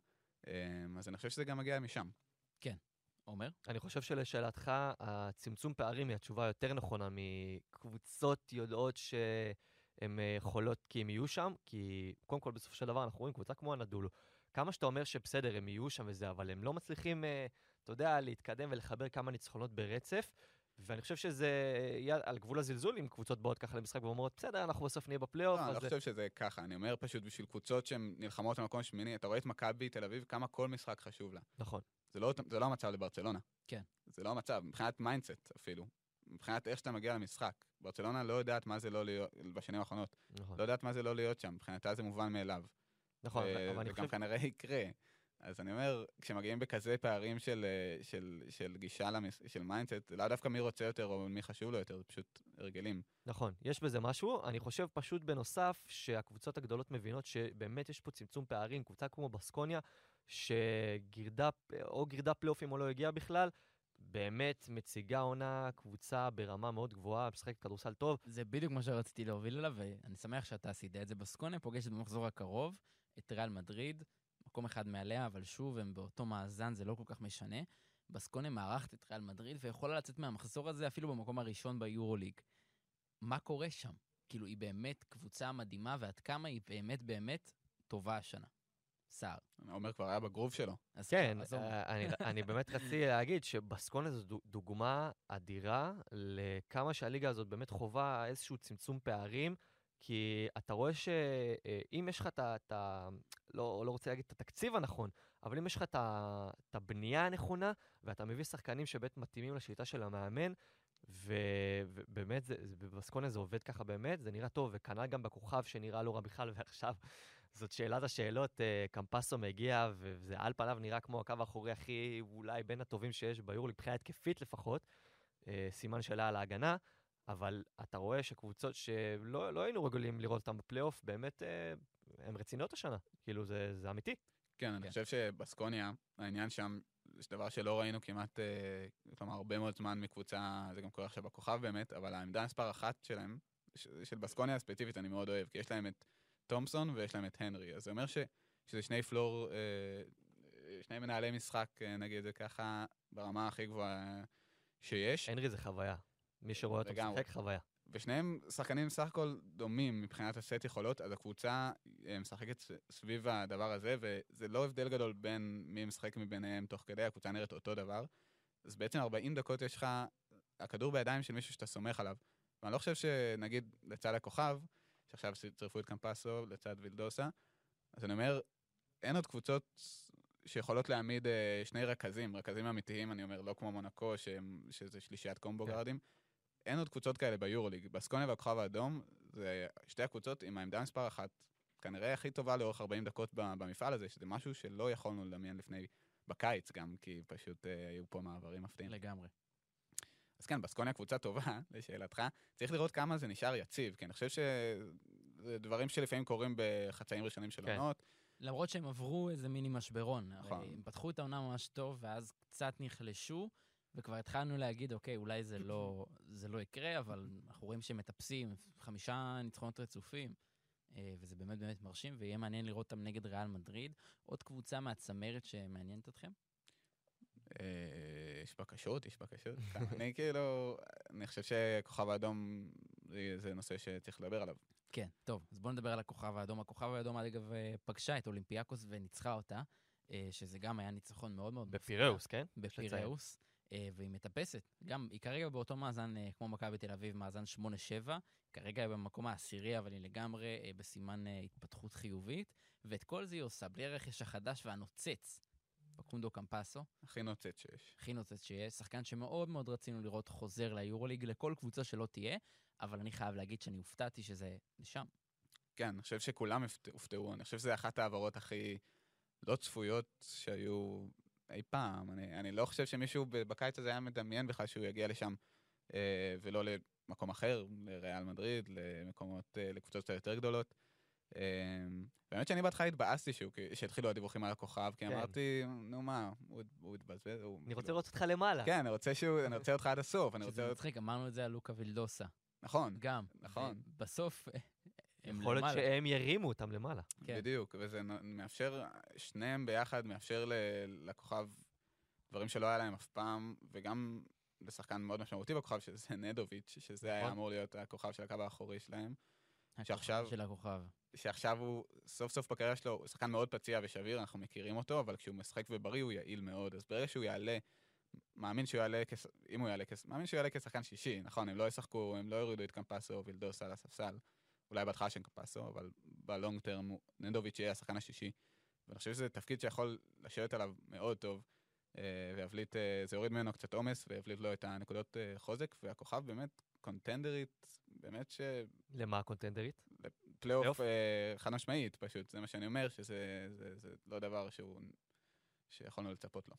אז אני חושב שזה גם מגיע משם. עומר? אני חושב שלשאלתך, הצמצום פערים היא התשובה יותר נכונה מקבוצות יודעות שהן יכולות כי הם יהיו שם, כי קודם כל בסופו של דבר אנחנו רואים קבוצה כמו הנדולו. כמה שאתה אומר שבסדר, הם יהיו שם וזה, אבל הם לא מצליחים, אתה יודע, להתקדם ולחבר כמה ניצחונות ברצף, ואני חושב שזה יהיה על גבול הזלזול, אם קבוצות באות ככה למשחק ואומרות, בסדר, אנחנו בסוף נהיה בפלייאוף. לא, אני לא חושב שזה ככה, אני אומר פשוט בשביל קבוצות שהן נלחמות במקום שמיני, אתה רואה את מכבי תל אביב, כמה כל משחק חשוב לה. נכון. זה לא המצב לברצלונה. כן. זה לא המצב, מבחינת מיינדסט אפילו. מבחינת איך שאתה מגיע למשחק. ברצלונה לא יודעת מה זה לא להיות, בשנים האחרונות, נכון. לא יודעת מה זה לא להיות שם, מבחינתה זה מובן מאליו. נכון, אבל אני וגם חושב... כנראה יקרה. אז אני אומר, כשמגיעים בכזה פערים של גישה, של מיינדסט, לא דווקא מי רוצה יותר או מי חשוב לו יותר, זה פשוט הרגלים. נכון, יש בזה משהו. אני חושב פשוט בנוסף שהקבוצות הגדולות מבינות שבאמת יש פה צמצום פערים, קבוצה כמו בסקוניה, שגירדה פלייאופים או לא הגיעה בכלל, באמת מציגה עונה קבוצה ברמה מאוד גבוהה, משחקת כדורסל טוב. זה בדיוק מה שרציתי להוביל אליו, ואני שמח שאתה עשית את זה. בסקוניה פוגשת במחזור הקרוב את ריאל מדריד, מקום אחד מעליה, אבל שוב, הם באותו מאזן, זה לא כל כך משנה. בסקוניה מארחת את ריאל מדריד, ויכולה לצאת מהמחזור הזה אפילו במקום הראשון ביורוליג. מה קורה שם? כאילו, היא באמת קבוצה מדהימה, ועד כמה היא באמת באמת טובה השנה. סער. עומר כבר היה בגרוב שלו. כן, אני באמת רציתי להגיד שבסקוניה זו דוגמה אדירה לכמה שהליגה הזאת באמת חובה איזשהו צמצום פערים, כי אתה רואה שאם יש לך לא רוצה להגיד את התקציב הנכון, אבל אם יש לך את הבנייה הנכונה, ואתה מביא שחקנים שבאמת מתאימים לשיטה של המאמן, ובאמת בסקוניה זה עובד ככה באמת, זה נראה טוב, וכנ"ל גם בכוכב שנראה לא רע בכלל, ועכשיו זאת שאלת השאלות, קמפסו מגיע, וזה על פניו נראה כמו הקו האחורי הכי אולי בין הטובים שיש ביורוליג, מבחינה התקפית לפחות, סימן שאלה על ההגנה, אבל אתה רואה שקבוצות שלא היינו רגילים לראות אותם בפלייאוף, באמת הן רציניות השנה, כאילו זה אמיתי. כן, אני חושב שבסקוניה, העניין שם, זה דבר שלא ראינו כמעט, כלומר, הרבה מאוד זמן מקבוצה, זה גם קורה עכשיו בכוכב באמת, אבל העמדה מספר אחת שלהם, של בסקוניה הספציפית, אני מאוד אוהב, כי יש להם את תומפסון ויש להם את הנרי, אז זה אומר שזה שני מנהלי משחק, נגיד זה ככה, ברמה הכי גבוהה שיש. הנרי זה חוויה. מי שרואה אותו משחק, חוויה. ושניהם שחקנים סך הכל דומים מבחינת הסט יכולות, אז הקבוצה משחקת סביב הדבר הזה, וזה לא הבדל גדול בין מי משחק מביניהם תוך כדי, הקבוצה נראית אותו דבר. אז בעצם 40 דקות יש לך, הכדור בידיים של מישהו שאתה סומך עליו. ואני לא חושב שנגיד לצד הכוכב, שעכשיו צרפו את קמפסו לצד וילדוסה, אז אני אומר, אין עוד קבוצות שיכולות להעמיד שני רכזים אמיתיים, אני אומר, לא כמו מונקו, שזה שלישיית קומבו גארדים. אין עוד קבוצות כאלה ביורוליג. בסקוניה והכוכב האדום, זה שתי הקבוצות עם העמדה מספר אחת, כנראה הכי טובה לאורך 40 דקות במפעל הזה, שזה משהו שלא יכולנו לדמיין לפני, בקיץ גם, כי פשוט היו פה מעברים מפתיעים. לגמרי. אז כן, בסקוניה קבוצה טובה, לשאלתך, צריך לראות כמה זה נשאר יציב, כי אני חושב שזה דברים שלפעמים קורים בחצאים ראשונים של עונות. למרות שהם עברו איזה מיני משברון. נכון. הם פתחו את העונה ממש טוב, ואז קצת נחלשו, וכבר התחלנו להגיד, אוקיי, אולי זה לא יקרה, אבל אנחנו רואים שהם מטפסים, 5 ניצחונות רצופים, וזה באמת באמת מרשים, ויהיה מעניין לראות אותם נגד ריאל מדריד. עוד קבוצה מהצמרת שמעניינת אתכם? יש בקשות. אני חושב שכוכב האדום זה נושא שצריך לדבר עליו. כן, טוב, אז בואו נדבר על הכוכב האדום. הכוכב האדום, אגב, פגשה את אולימפיאקוס וניצחה אותה, שזה גם היה ניצחון מאוד מאוד בפיראוס, כן? בפיראוס, והיא מטפסת. גם, היא כרגע באותו מאזן, כמו מכבי תל אביב, מאזן 8-7, כרגע היא במקום העשירי, אבל היא לגמרי בסימן התפתחות חיובית, ואת כל זה היא עושה, בלי הרכש החדש והנוצץ, פקונדו קמפסו. הכי נוצץ שיש. שחקן שמאוד מאוד רצינו לראות חוזר ליורוליג לכל קבוצה שלא תהיה, אבל אני חייב להגיד שאני הופתעתי שזה לשם. כן, אני חושב שכולם הופתעו. אני חושב שזה אחת העברות הכי לא צפויות שהיו אי פעם. אני לא חושב שמישהו בקיץ הזה היה מדמיין בכלל שהוא יגיע לשם, ולא למקום אחר, לריאל מדריד, לקבוצות יותר גדולות. באמת שאני בהתחלה התבאסתי שהתחילו הדיווחים על הכוכב, כי אמרתי, נו מה, הוא התבזבז. אני רוצה לראות אותך למעלה. כן, אני רוצה אותך עד הסוף. שזה מצחיק, אמרנו את זה על לוקה וילדוסה. נכון. גם. נכון. בסוף הם יכול להיות למעלה. שהם ירימו אותם למעלה. כן. בדיוק, וזה מאפשר, שניהם ביחד מאפשר לכוכב דברים שלא היה להם אף פעם, וגם לשחקן מאוד משמעותי בכוכב, שזה נדוביץ', שזה היה אמור להיות הכוכב של הקו האחורי שלהם. שעכשיו- של הכוכב. שעכשיו הוא, סוף סוף בקריירה שלו, הוא שחקן מאוד פציע ושביר, אנחנו מכירים אותו, אבל כשהוא משחק ובריא הוא יעיל מאוד. אז ברגע שהוא יעלה, מאמין שהוא יעלה, אם הוא יעלה, מאמין שהוא יעלה כשחקן שישי, נכון, הם לא ישחקו, הם לא יורידו את קמפסו או וילדוסה על הספסל, אולי בהתחלה של קמפסו, אבל בלונג טרם נדוביץ' יהיה השחקן השישי. ואני חושב שזה תפקיד שיכול לשבת עליו מאוד טוב, ויבליט, זה יוריד ממנו קצת עומס, ויבליט לו את הנקודות חוזק, והכוכב באמת קונטנדרית, באמת למה הקונטנדרית? פלייאוף חד משמעית, פשוט, זה מה שאני אומר, שזה לא דבר שיכולנו לצפות לו.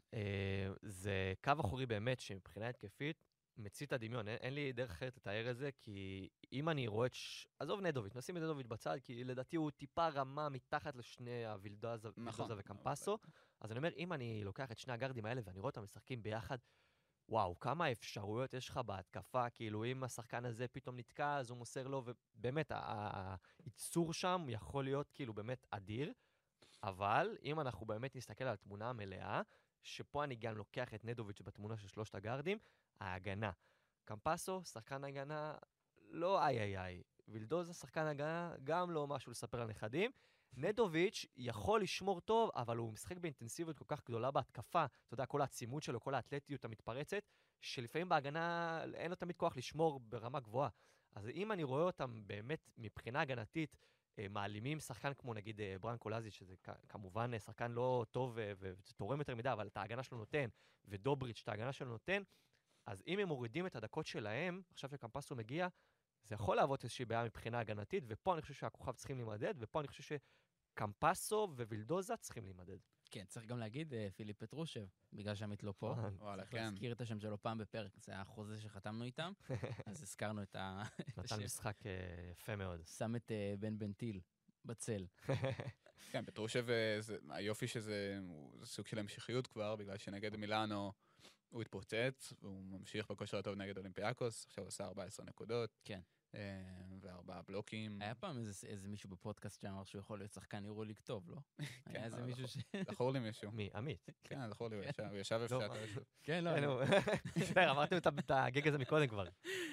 זה קו אחורי באמת, שמבחינה התקפית, מציא את הדמיון. אין לי דרך אחרת לתאר את זה, כי אם אני רואה את... עזוב נדוביץ', נשים את נדוביץ' בצד, כי לדעתי הוא טיפה רמה מתחת לשני הווילדוזה וקמפסו. אז אני אומר, אם אני לוקח את שני הגארדים האלה, ואני רואה אותם משחקים ביחד, וואו, כמה אפשרויות יש לך בהתקפה, כאילו אם השחקן הזה פתאום נתקע, אז הוא מוסר לו, ובאמת, הייצור שם יכול להיות כאילו באמת אדיר, אבל אם אנחנו באמת נסתכל על התמונה המלאה, שפה אני גם לוקח את נדוביץ' בתמונה של שלושת הגארדים, ההגנה. קמפסו, שחקן הגנה, לא איי. וילדוזה, שחקן הגנה, גם לא משהו לספר על נכדים. נדוביץ' יכול לשמור טוב, אבל הוא משחק באינטנסיביות כל כך גדולה בהתקפה, אתה יודע, כל העצימות שלו, כל האתלטיות המתפרצת, שלפעמים בהגנה אין לו תמיד כוח לשמור ברמה גבוהה. אז אם אני רואה אותם באמת מבחינה הגנתית, מעלימים שחקן כמו נגיד ברנקו לזי, שזה כמובן שחקן לא טוב ותורם יותר מדי, אבל את ההגנה שלו נותן, ודובריץ' את ההגנה שלו נותן, אז אם הם מורידים את הדקות שלהם, עכשיו שקמפסו מגיע, זה יכול להוות איזושהי בעיה מבחינה הגנתית, ופה אני חושב שהכוכב צריכים להימדד, ופה אני חושב שקמפסו ווילדוזה צריכים להימדד. כן, צריך גם להגיד פיליפ פטרושב, בגלל שעמית לא פה. וואלה, צריך כן. להזכיר את השם שלו פעם בפרק, זה החוזה שחתמנו איתם, אז הזכרנו את נתן השם. משחק יפה מאוד. שם את בן בנטיל בצל. כן, פטרושב, היופי שזה סוג של המשכיות כבר, בגלל שנגד מילאנו הוא התפוצץ, והוא ממשיך בכושר הטוב נגד אולימפיאקוס, עכשיו עושה 14 נקודות. כן. ו4 בלוקים. היה פעם איזה מישהו בפודקאסט שאמר שהוא יכול להיות שחקן יורוליג טוב, לא? היה איזה לא, מישהו ש... זכור לי מישהו. מי? עמית? כן, זכור לי, הוא ישב לא, אפשר. כן, כן, לא. בסדר, אמרתם את הגיג הזה מקודם כבר.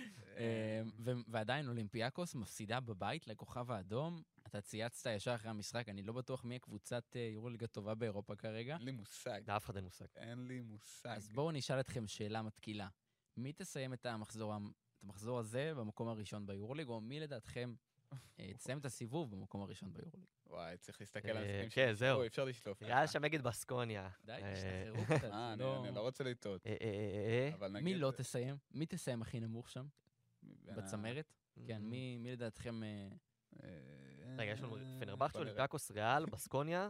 ועדיין אולימפיאקוס מפסידה בבית לכוכב האדום. אתה צייצת ישר אחרי המשחק, אני לא בטוח מי הקבוצת יורוליג הטובה באירופה כרגע. אין לי מושג. לאף אחד אין מושג. אין לי מושג. אז בואו נשאל אתכם שאלה מתקילה. מי תסיים את המחזור הזה במקום הראשון ביורוליג, או מי לדעתכם תסיים את הסיבוב במקום הראשון ביורוליג? וואי, צריך להסתכל על המשחקים כן, זהו. אי אפשר לשלוף. ריאל שם נגד בסקוניה. די, תשתחררו קצת. אני לא רוצה לטעות. אבל נגיד... מי לא תסיים? מי תסיים הכי נמוך שם? בצמרת? כן, מי לדעתכם... רגע, יש לנו פנרבכצ'ה, אולימפיאקוס, ריאל, בסקוניה.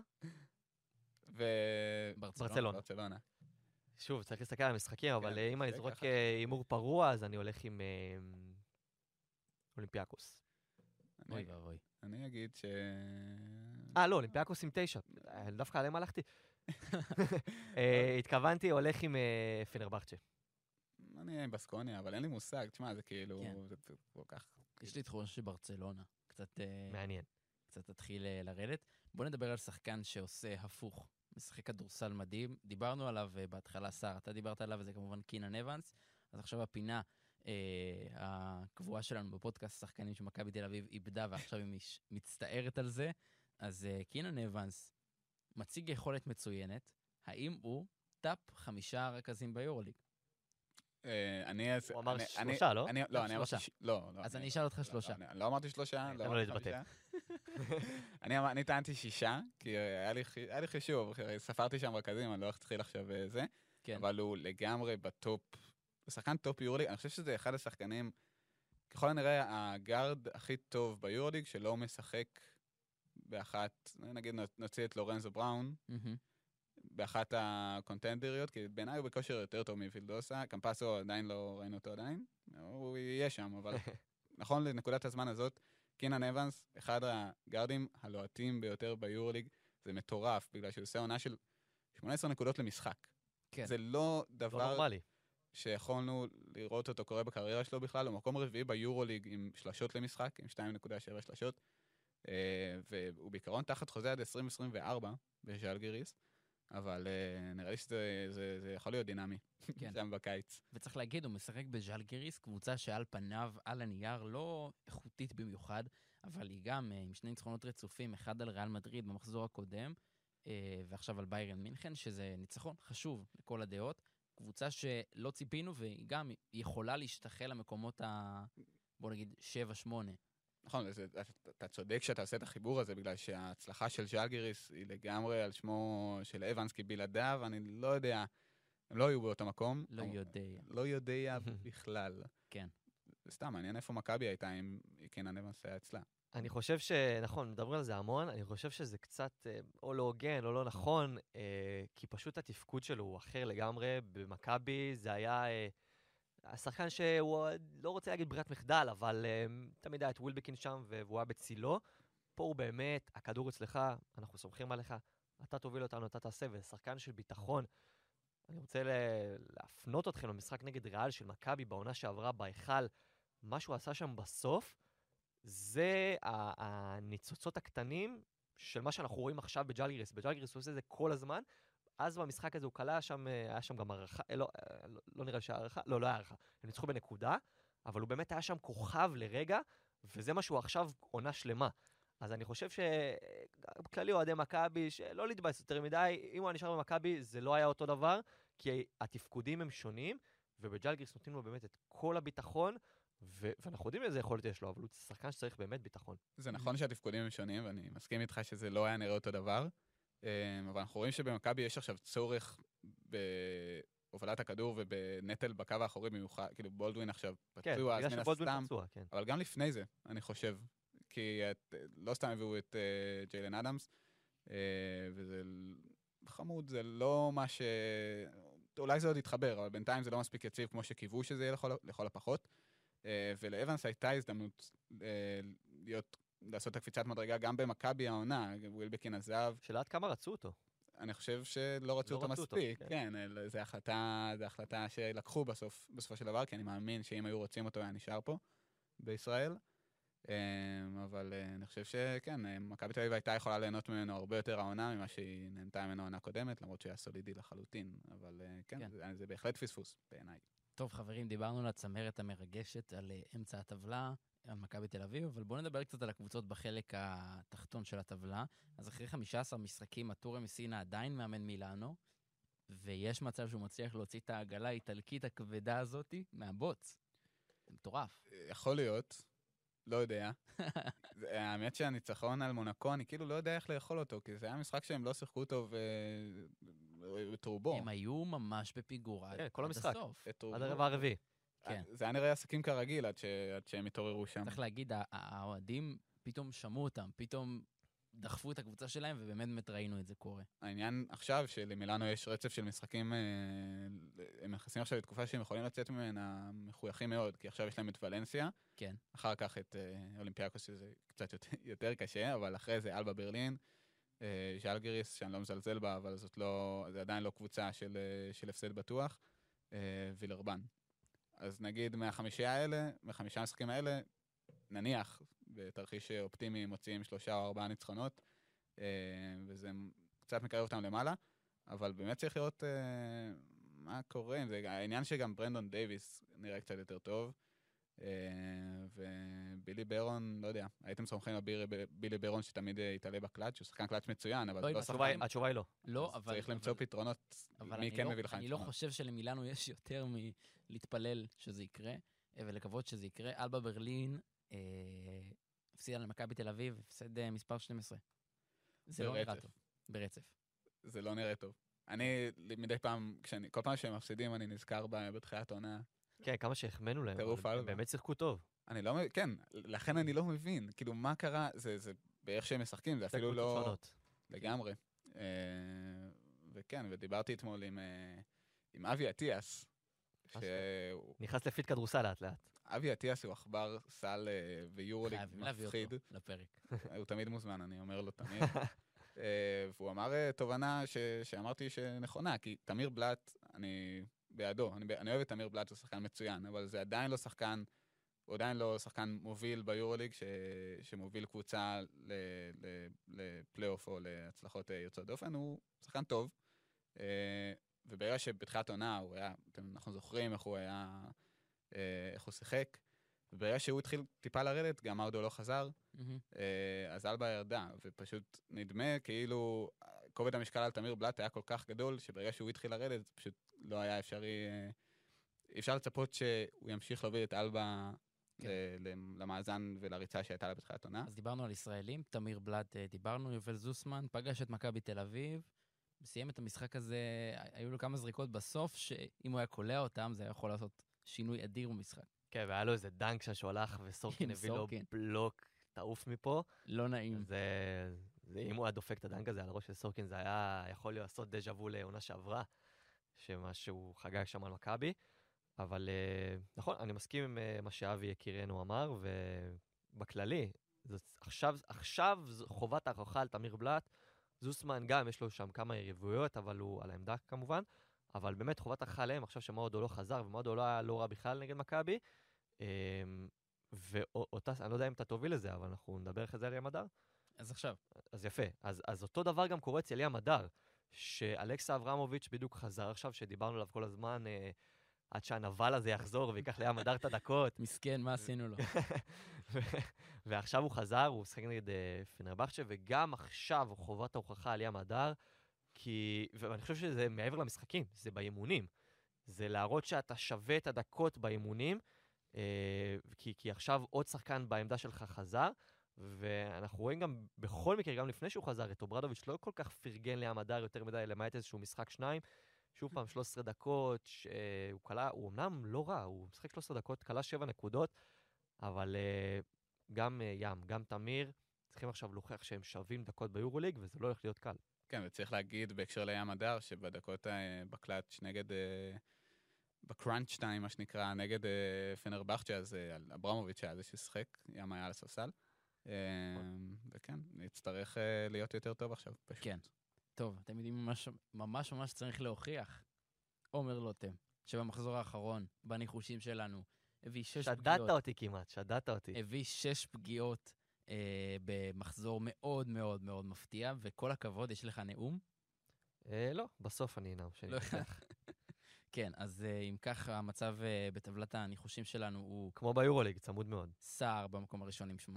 ברצלונה. שוב, צריך להסתכל על המשחקים, אבל אם אני זורק הימור פרוע, אז אני הולך עם אולימפיאקוס. אוי ואבוי. אני אגיד ש... לא, אולימפיאקוס עם 9. דווקא עליהם הלכתי. התכוונתי, הולך עם פנרבכצ'ה. אני אהיה עם בסקוניה, אבל אין לי מושג. תשמע, זה כאילו... זה כל כך... יש לי תחושה שברצלונה קצת... מעניין. קצת תתחיל לרדת. בואו נדבר על שחקן שעושה הפוך. משחק כדורסל מדהים. דיברנו עליו בהתחלה, שר. אתה דיברת עליו, וזה כמובן קינן אבנס. אז עכשיו הפינה הקבועה שלנו בפודקאסט, שחקנים שמכבי תל אביב איבדה, ועכשיו היא מצטערת על זה. אז קינן אבנס מציג יכולת מצוינת. האם הוא טאפ 5 רכזים ביורוליג? הוא אמר 3, לא? לא, אני אמרתי... לא. אז אני אשאל אותך 3. לא אמרתי 3, לא אמרתי 5. אני טענתי 6, כי היה לי חישוב, ספרתי שם רכזים, אני לא אתחיל עכשיו זה, אבל הוא לגמרי בטופ, הוא שחקן טופ יורוליג, אני חושב שזה אחד השחקנים, ככל הנראה הגארד הכי טוב ביורוליג, שלא משחק באחת, נגיד נוציא את לורנזו בראון, באחת הקונטנדריות, כי בעיניי הוא בכושר יותר טוב מפילדוסה, קמפסו עדיין לא ראינו אותו עדיין, הוא יהיה שם, אבל נכון לנקודת הזמן הזאת, קינן אבנס, אחד הגארדים הלוהטים ביותר ביורוליג, זה מטורף, בגלל שהוא עושה עונה של 18 נקודות למשחק. כן. זה לא דבר... לא נורמלי. שיכולנו לראות אותו קורה בקריירה שלו בכלל, הוא מקום רביעי ביורוליג עם שלשות למשחק, עם 2.7 שלשות, והוא בעיקרון תחת חוזה עד 2024 בז'לגיריס, אבל נראה לי שזה יכול להיות דינמי, כן. שם בקיץ. וצריך להגיד, הוא משחק בז'לגיריס, קבוצה שעל פניו, על הנייר, לא איכותית במיוחד, אבל היא גם עם 2 ניצחונות רצופים, אחד על ריאל מדריד במחזור הקודם, ועכשיו על ביירן מינכן, שזה ניצחון חשוב לכל הדעות. קבוצה שלא ציפינו, והיא גם יכולה להשתחל למקומות בוא נגיד 7-8. נכון, אתה צודק שאתה עושה את החיבור הזה, בגלל שההצלחה של ז'לגיריס היא לגמרי על שמו של אבנס, כי בלעדיו, אני לא יודע, הם לא היו באותו מקום. לא יודע בכלל. כן. זה סתם, מעניין איפה מכבי הייתה אם קינן אבנס היה אצלה. אני חושב שנכון, מדברים על זה המון, אני חושב שזה קצת או לא הוגן או לא נכון, כי פשוט התפקוד שלו הוא אחר לגמרי. במכבי זה היה השחקן שהוא לא רוצה להגיד ברירת מחדל, אבל תמיד היה את ווילבקין שם והוא היה בצילו. פה הוא באמת, הכדור אצלך, אנחנו סומכים עליך, אתה תוביל אותנו, אתה תעשה, ושחקן של ביטחון. אני רוצה להפנות אתכם למשחק נגד ריאל של מכבי בעונה שעברה בהיכל, מה שהוא עשה שם בסוף, זה הניצוצות הקטנים של מה שאנחנו רואים עכשיו בג'לגיריס. בג'לגיריס הוא עושה את זה כל הזמן, אז במשחק הזה הוא קלה, היה שם גם הערכה, לא נראה שהיה הערכה, לא היה הערכה, הם ניצחו בנקודה, אבל הוא באמת היה שם כוכב לרגע, וזה מה שהוא עכשיו עונה שלמה. אז אני חושב שכללי אוהדי מכבי, שלא להתבאס יותר מדי, אם הוא נשאר במכבי זה לא היה אותו דבר, כי התפקודים הם שונים, ובג'לגיריס נותנים לו באמת את כל הביטחון, ואנחנו יודעים איזה יכולת יש לו, אבל הוא שחקן שצריך באמת ביטחון. זה נכון שהתפקודים הם שונים, ואני מסכים איתך שזה לא היה נראה אותו דבר, אבל אנחנו רואים שבמכבי יש עכשיו צורך בהובלת הכדור ובנטל בקו האחורי במיוחד, כאילו בולדווין עכשיו פצוע, אז מן הסתם, אבל גם לפני זה, אני חושב, כי לא סתם הביאו את ג'יילן אדמס, וזה חמוד, זה לא מה אולי זה עוד יתחבר, אבל בינתיים זה לא מספיק יציב כמו שקיוו שזה יהיה לכל הפחות. ולאבנס הייתה הזדמנות לעשות את הקפיצת מדרגה גם במכבי העונה, ווילבקין עזב. שאלה עד כמה רצו אותו? אני חושב שלא רצו אותו מספיק, כן, זו החלטה שלקחו בסופו של דבר, כי אני מאמין שאם היו רוצים אותו היה נשאר פה בישראל, אבל אני חושב שכן, מכבי תל אביב הייתה יכולה ליהנות ממנו הרבה יותר העונה ממה שהיא נהנתה ממנו העונה קודמת, למרות שהיה סולידי לחלוטין, אבל כן, זה בהחלט פספוס בעיניי. טוב חברים, דיברנו על הצמרת המרגשת, על אמצע הטבלה, על מכבי תל אביב, אבל בואו נדבר קצת על הקבוצות בחלק התחתון של הטבלה. אז אחרי 15 משחקים, הטורה מסינה עדיין מאמן מילאנו, ויש מצב שהוא מצליח להוציא את העגלה האיטלקית הכבדה הזאת מהבוץ. זה מטורף. יכול להיות, לא יודע. האמת שהניצחון על מונקו, אני כאילו לא יודע איך לאכול אותו, כי זה היה משחק שהם לא שיחקו אותו וטרובו. הם היו ממש בפיגור עד הסוף. עד הרבע הרביעי. זה היה נראה עסקים כרגיל עד שהם התעוררו שם. צריך להגיד, האוהדים פתאום שמעו אותם, פתאום דחפו את הקבוצה שלהם, ובאמת ראינו את זה קורה. העניין עכשיו שלמילאנו יש רצף של משחקים, הם נכנסים עכשיו לתקופה שהם יכולים לצאת ממנה מחויכים מאוד, כי עכשיו יש להם את ולנסיה, כן. אחר כך את אולימפיאקוס, שזה קצת יותר קשה, אבל אחרי זה אלבה ברלין, ז'לגיריס, שאני לא מזלזל בה, אבל זה עדיין לא קבוצה של הפסד בטוח, וילרבן. אז נגיד מהחמישה המשחקים האלה, נניח, בתרחיש אופטימי מוציאים 3 או 4 ניצחונות, וזה קצת מקרב אותם למעלה, אבל באמת צריך לראות מה קורה. זה העניין שגם ברנדון דייביס נראה קצת יותר טוב, ובילי ברון, לא יודע, הייתם סומכים על בילי ברון שתמיד יתעלה בקלאץ', הוא שחקן קלאץ' מצוין, אבל לא שחקן. התשובה היא לא. לא, אבל... צריך למצוא פתרונות, מי כן מביא לך אני לא חושב שלמילאנו יש יותר מלהתפלל שזה יקרה, ולקוות שזה יקרה. אלבה ברלין הפסידה למכבי בתל אביב, הפסד מספר 12. זה לא נראה טוב. ברצף. זה לא נראה טוב. אני מדי פעם, כל פעם שהם מפסידים, אני נזכר בתחילת העונה. כן, כמה שהחמנו להם, הם באמת שיחקו טוב. כן, לכן אני לא מבין. כאילו, מה קרה? זה באיך שהם משחקים, זה אפילו לא... לגמרי. וכן, ודיברתי אתמול עם אבי אטיאס, נכנס לפיד כדורסל לאט לאט. אבי אטיאס הוא אכבר סל ויורוליג מפחיד. חייבים להביא אותו לפרק. הוא תמיד מוזמן, אני אומר לו תמיד. והוא אמר תובנה שאמרתי שנכונה, כי תמיר בלט, אני בידו. אני אוהב את תמיר בלאט, הוא שחקן מצוין, אבל זה עדיין לא שחקן, הוא עדיין לא שחקן מוביל ביורוליג, שמוביל קבוצה לפלייאוף או להצלחות יוצאות דופן, הוא שחקן טוב. וברגע שבתחילת עונה הוא היה, אנחנו זוכרים איך הוא היה, איך הוא שיחק, וברגע שהוא התחיל טיפה לרדת, גם ארדו לא חזר, אז אלבה ירדה, ופשוט נדמה כאילו כובד המשקל על תמיר בלאט היה כל כך גדול, שברגע שהוא התחיל לרדת, זה פשוט לא היה אפשרי, אפשר לצפות שהוא ימשיך להוביל את אלבה למאזן ולריצה שהייתה לה בתחילת עונה. אז דיברנו על ישראלים, תמיר בלאט דיברנו, יובל זוסמן, פגש את מכבי תל אביב, סיים את המשחק הזה, היו לו כמה זריקות בסוף, שאם הוא היה קולע אותם, זה היה יכול לעשות שינוי אדיר במשחק. כן, והיה לו איזה דנק שהולך, וסורקין הביא לו בלוק, תעוף מפה. לא נעים. אם הוא היה דופק את הדנק הזה על הראש של סורקין, זה היה יכול לעשות דז'ה וו לעונה שעברה, שמה שהוא חגג שם על מכבי. אבל נכון, אני מסכים עם מה שאבי יקירנו אמר, ובכללי, עכשיו חובת ההוכחה על תמיר בלאט, זוסמן גם, יש לו שם כמה יריבויות, אבל הוא על העמדה כמובן, אבל באמת חובת ההוכחה עליהם, עכשיו שמאודו לא חזר, ומאודו לא היה לא רע בכלל נגד מכבי, ואותה, אני לא יודע אם אתה תוביל לזה, אבל אנחנו נדבר אחרי זה על ים הדר. אז עכשיו. אז יפה, אז אותו דבר גם קורה אצל ים הדר, שאלכסה אברמוביץ' בדיוק חזר עכשיו, שדיברנו עליו כל הזמן, עד שהנבל הזה יחזור ויקח לים הדר את הדקות. מסכן, מה עשינו לו? ועכשיו הוא חזר, הוא שחק נגד פנרבחצ'ה, וגם עכשיו חובת ההוכחה על ים הדר, ואני חושב שזה מעבר למשחקים, זה באימונים. זה להראות שאתה שווה את הדקות באימונים, כי עכשיו עוד שחקן בעמדה שלך חזר, ואנחנו רואים גם בכל מקרה, גם לפני שהוא חזר, את אוברדוביץ' לא כל כך פרגן לים הדר יותר מדי, למעט איזשהו משחק שניים, שוב פעם 13 דקות, הוא קלה, הוא אמנם לא רע, הוא משחק 13 דקות, קלה 7 נקודות, אבל גם ים, גם תמיר, צריכים עכשיו להוכיח שהם שווים דקות ביורוליג, וזה לא הולך להיות קל. כן, וצריך להגיד בהקשר לים הדר, שבדקות בקלאץ' נגד, בקראנץ' 2, מה שנקרא, נגד פנרבחצ'ה, אז אברמוביץ' היה זה ששחק, ים היה על הספסל, וכן, נצטרך להיות יותר טוב עכשיו, פשוט. כן. טוב, אתם יודעים ממש צריך להוכיח. עומר לוטם, שבמחזור האחרון, בניחושים שלנו, הביא 6 פגיעות. שדדת אותי כמעט, שדדת אותי. הביא 6 פגיעות במחזור מאוד מאוד מאוד מפתיע, וכל הכבוד, יש לך נאום? לא, בסוף אני אנאם. כן, אז אם כך המצב בטבלת הניחושים שלנו הוא... כמו ביורוליג, צמוד מאוד. סער במקום הראשון עם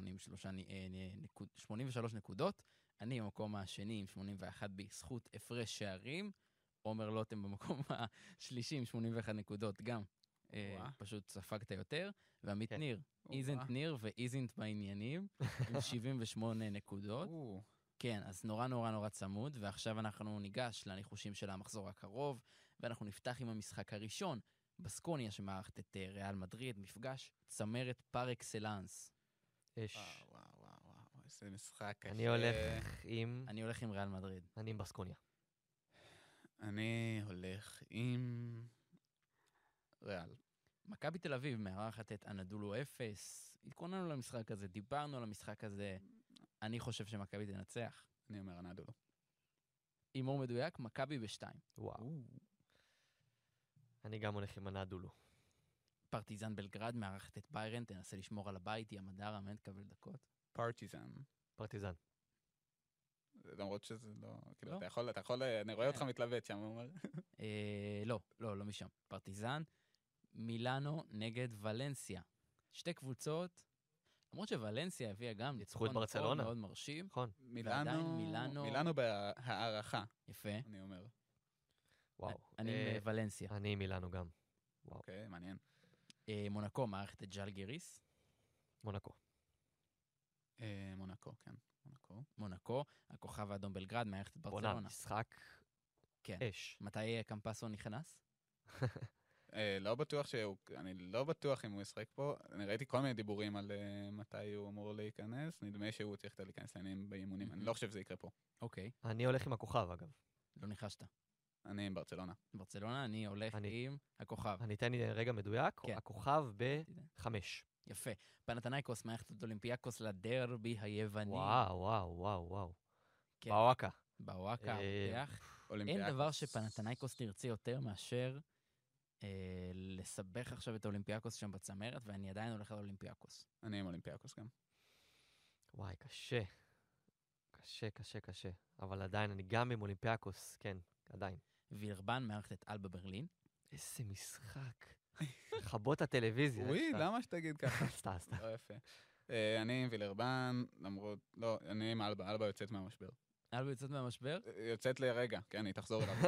83 נקודות, אני במקום השני עם 81 בזכות הפרש שערים, עומר לוטם במקום השלישי עם 81 נקודות, גם פשוט ספגת יותר, ועמית ניר, איזנט ניר ואיזנט בעניינים, עם 78 נקודות. כן, אז נורא צמוד, ועכשיו אנחנו ניגש לניחושים של המחזור הקרוב, ואנחנו נפתח עם המשחק הראשון, בסקוניה שמערכת את ריאל מדריד, מפגש צמרת פר אקסלנס. וואו, איזה משחק קשה. אני הולך עם ריאל מדריד. אני עם בסקוניה. אני הולך עם ריאל. מכבי תל אביב מארחת את אנדולו 0. התכוננו למשחק הזה, דיברנו על המשחק הזה. אני חושב שמכבי תנצח. אני אומר אנדולו. הימור מדויק, מכבי ב2. וואו. אני גם הולך עם אנדולו. פרטיזן בלגרד מארחת את ביירן, תנסה לשמור על הבית, ים הדר, אמן תקבל דקות. פרטיזן. למרות שזה לא... כאילו, אתה יכול... אני רואה אותך מתלבט שם, הוא אומר. לא משם. פרטיזן, מילאנו נגד ולנסיה. 2 קבוצות, למרות שוולנסיה הביאה גם ניצחון מאוד מאוד מרשים. נכון. מילאנו בהערכה. יפה. אני אומר. וואו. אני עם ולנסיה. אני עם מילאנו גם. אוקיי, מעניין. מונקו מערכת את ז'לגיריס. מונקו, כן. מונקו, הכוכב האדום בלגרד מערכת את ברצלונה. בונה, משחק אש. מתי קמפסו נכנס? לא בטוח אני לא בטוח אם הוא ישחק פה. אני ראיתי כל מיני דיבורים על מתי הוא אמור להיכנס. נדמה שהוא צריך להיכנס לעניינים באימונים. אני לא חושב שזה יקרה פה. אוקיי. אני הולך עם הכוכב, אגב. לא ניחשת. אני עם ברצלונה. אני הולך עם הכוכב. אני אתן לי רגע מדויק. הכוכב ב5. יפה. פנתנייקוס מערכת את אולימפיאקוס לדרבי היווני. וואו. בוואקה. אין דבר שפנתנייקוס תרצה יותר מאשר לסבך עכשיו את האולימפיאקוס שם בצמרת, ואני עדיין הולך לאולימפיאקוס. אני עם אולימפיאקוס גם. וואי, קשה. קשה. אבל עדיין, אני גם עם אולימפיאקוס, כן, עדיין. וילרבן מארחת את אלבה ברלין. איזה משחק. לכבות הטלוויזיה. אוי, למה שתגיד ככה? סתם. לא יפה. אני עם וילרבן, למרות... לא, אני עם אלבה, אלבה יוצאת מהמשבר. אלבה יוצאת מהמשבר? יוצאת לרגע, כן, היא תחזור אליו.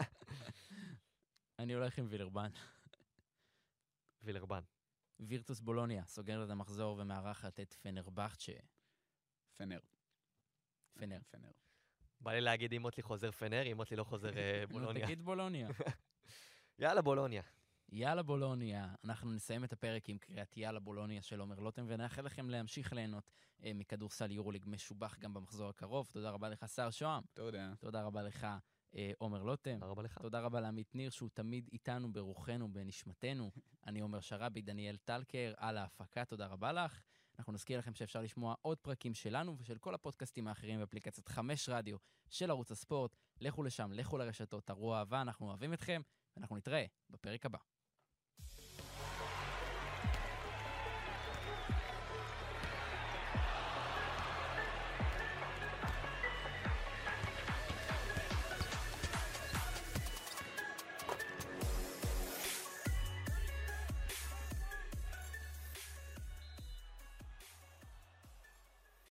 אני הולך עם וילרבן. וילרבן. וירטוס בולוניה, סוגרת את המחזור ומארחת את פנרבחצ'ה. פנר. פנר. בא לי להגיד אם מוטלי חוזר פנר, אם מוטלי לא חוזר בולוניה. תגיד בולוניה. יאללה, בולוניה. יאללה בולוניה. אנחנו נסיים את הפרק עם קריאת יאללה בולוניה של עומר לוטם, ונאחל לכם להמשיך ליהנות מכדורסל יורוליג משובח גם במחזור הקרוב. תודה רבה לך, שר שוהם. תודה. תודה רבה לך, עומר לוטם. תודה רבה לך. תודה רבה לעמית ניר, שהוא תמיד איתנו ברוחנו, בנשמתנו. אני עומר שרבי, דניאל טלקר, על ההפקה. תודה רבה לך. אנחנו נזכיר לכם שאפשר לשמוע עוד פרקים שלנו ושל כל הפודקאסטים האחרים באפליקציית 5 רדיו של ערוץ הספורט. לכו לשם, לכו לרשתות, תראו אהבה, אנחנו אוהבים אתכם, ואנחנו נתראה בפרק הבא.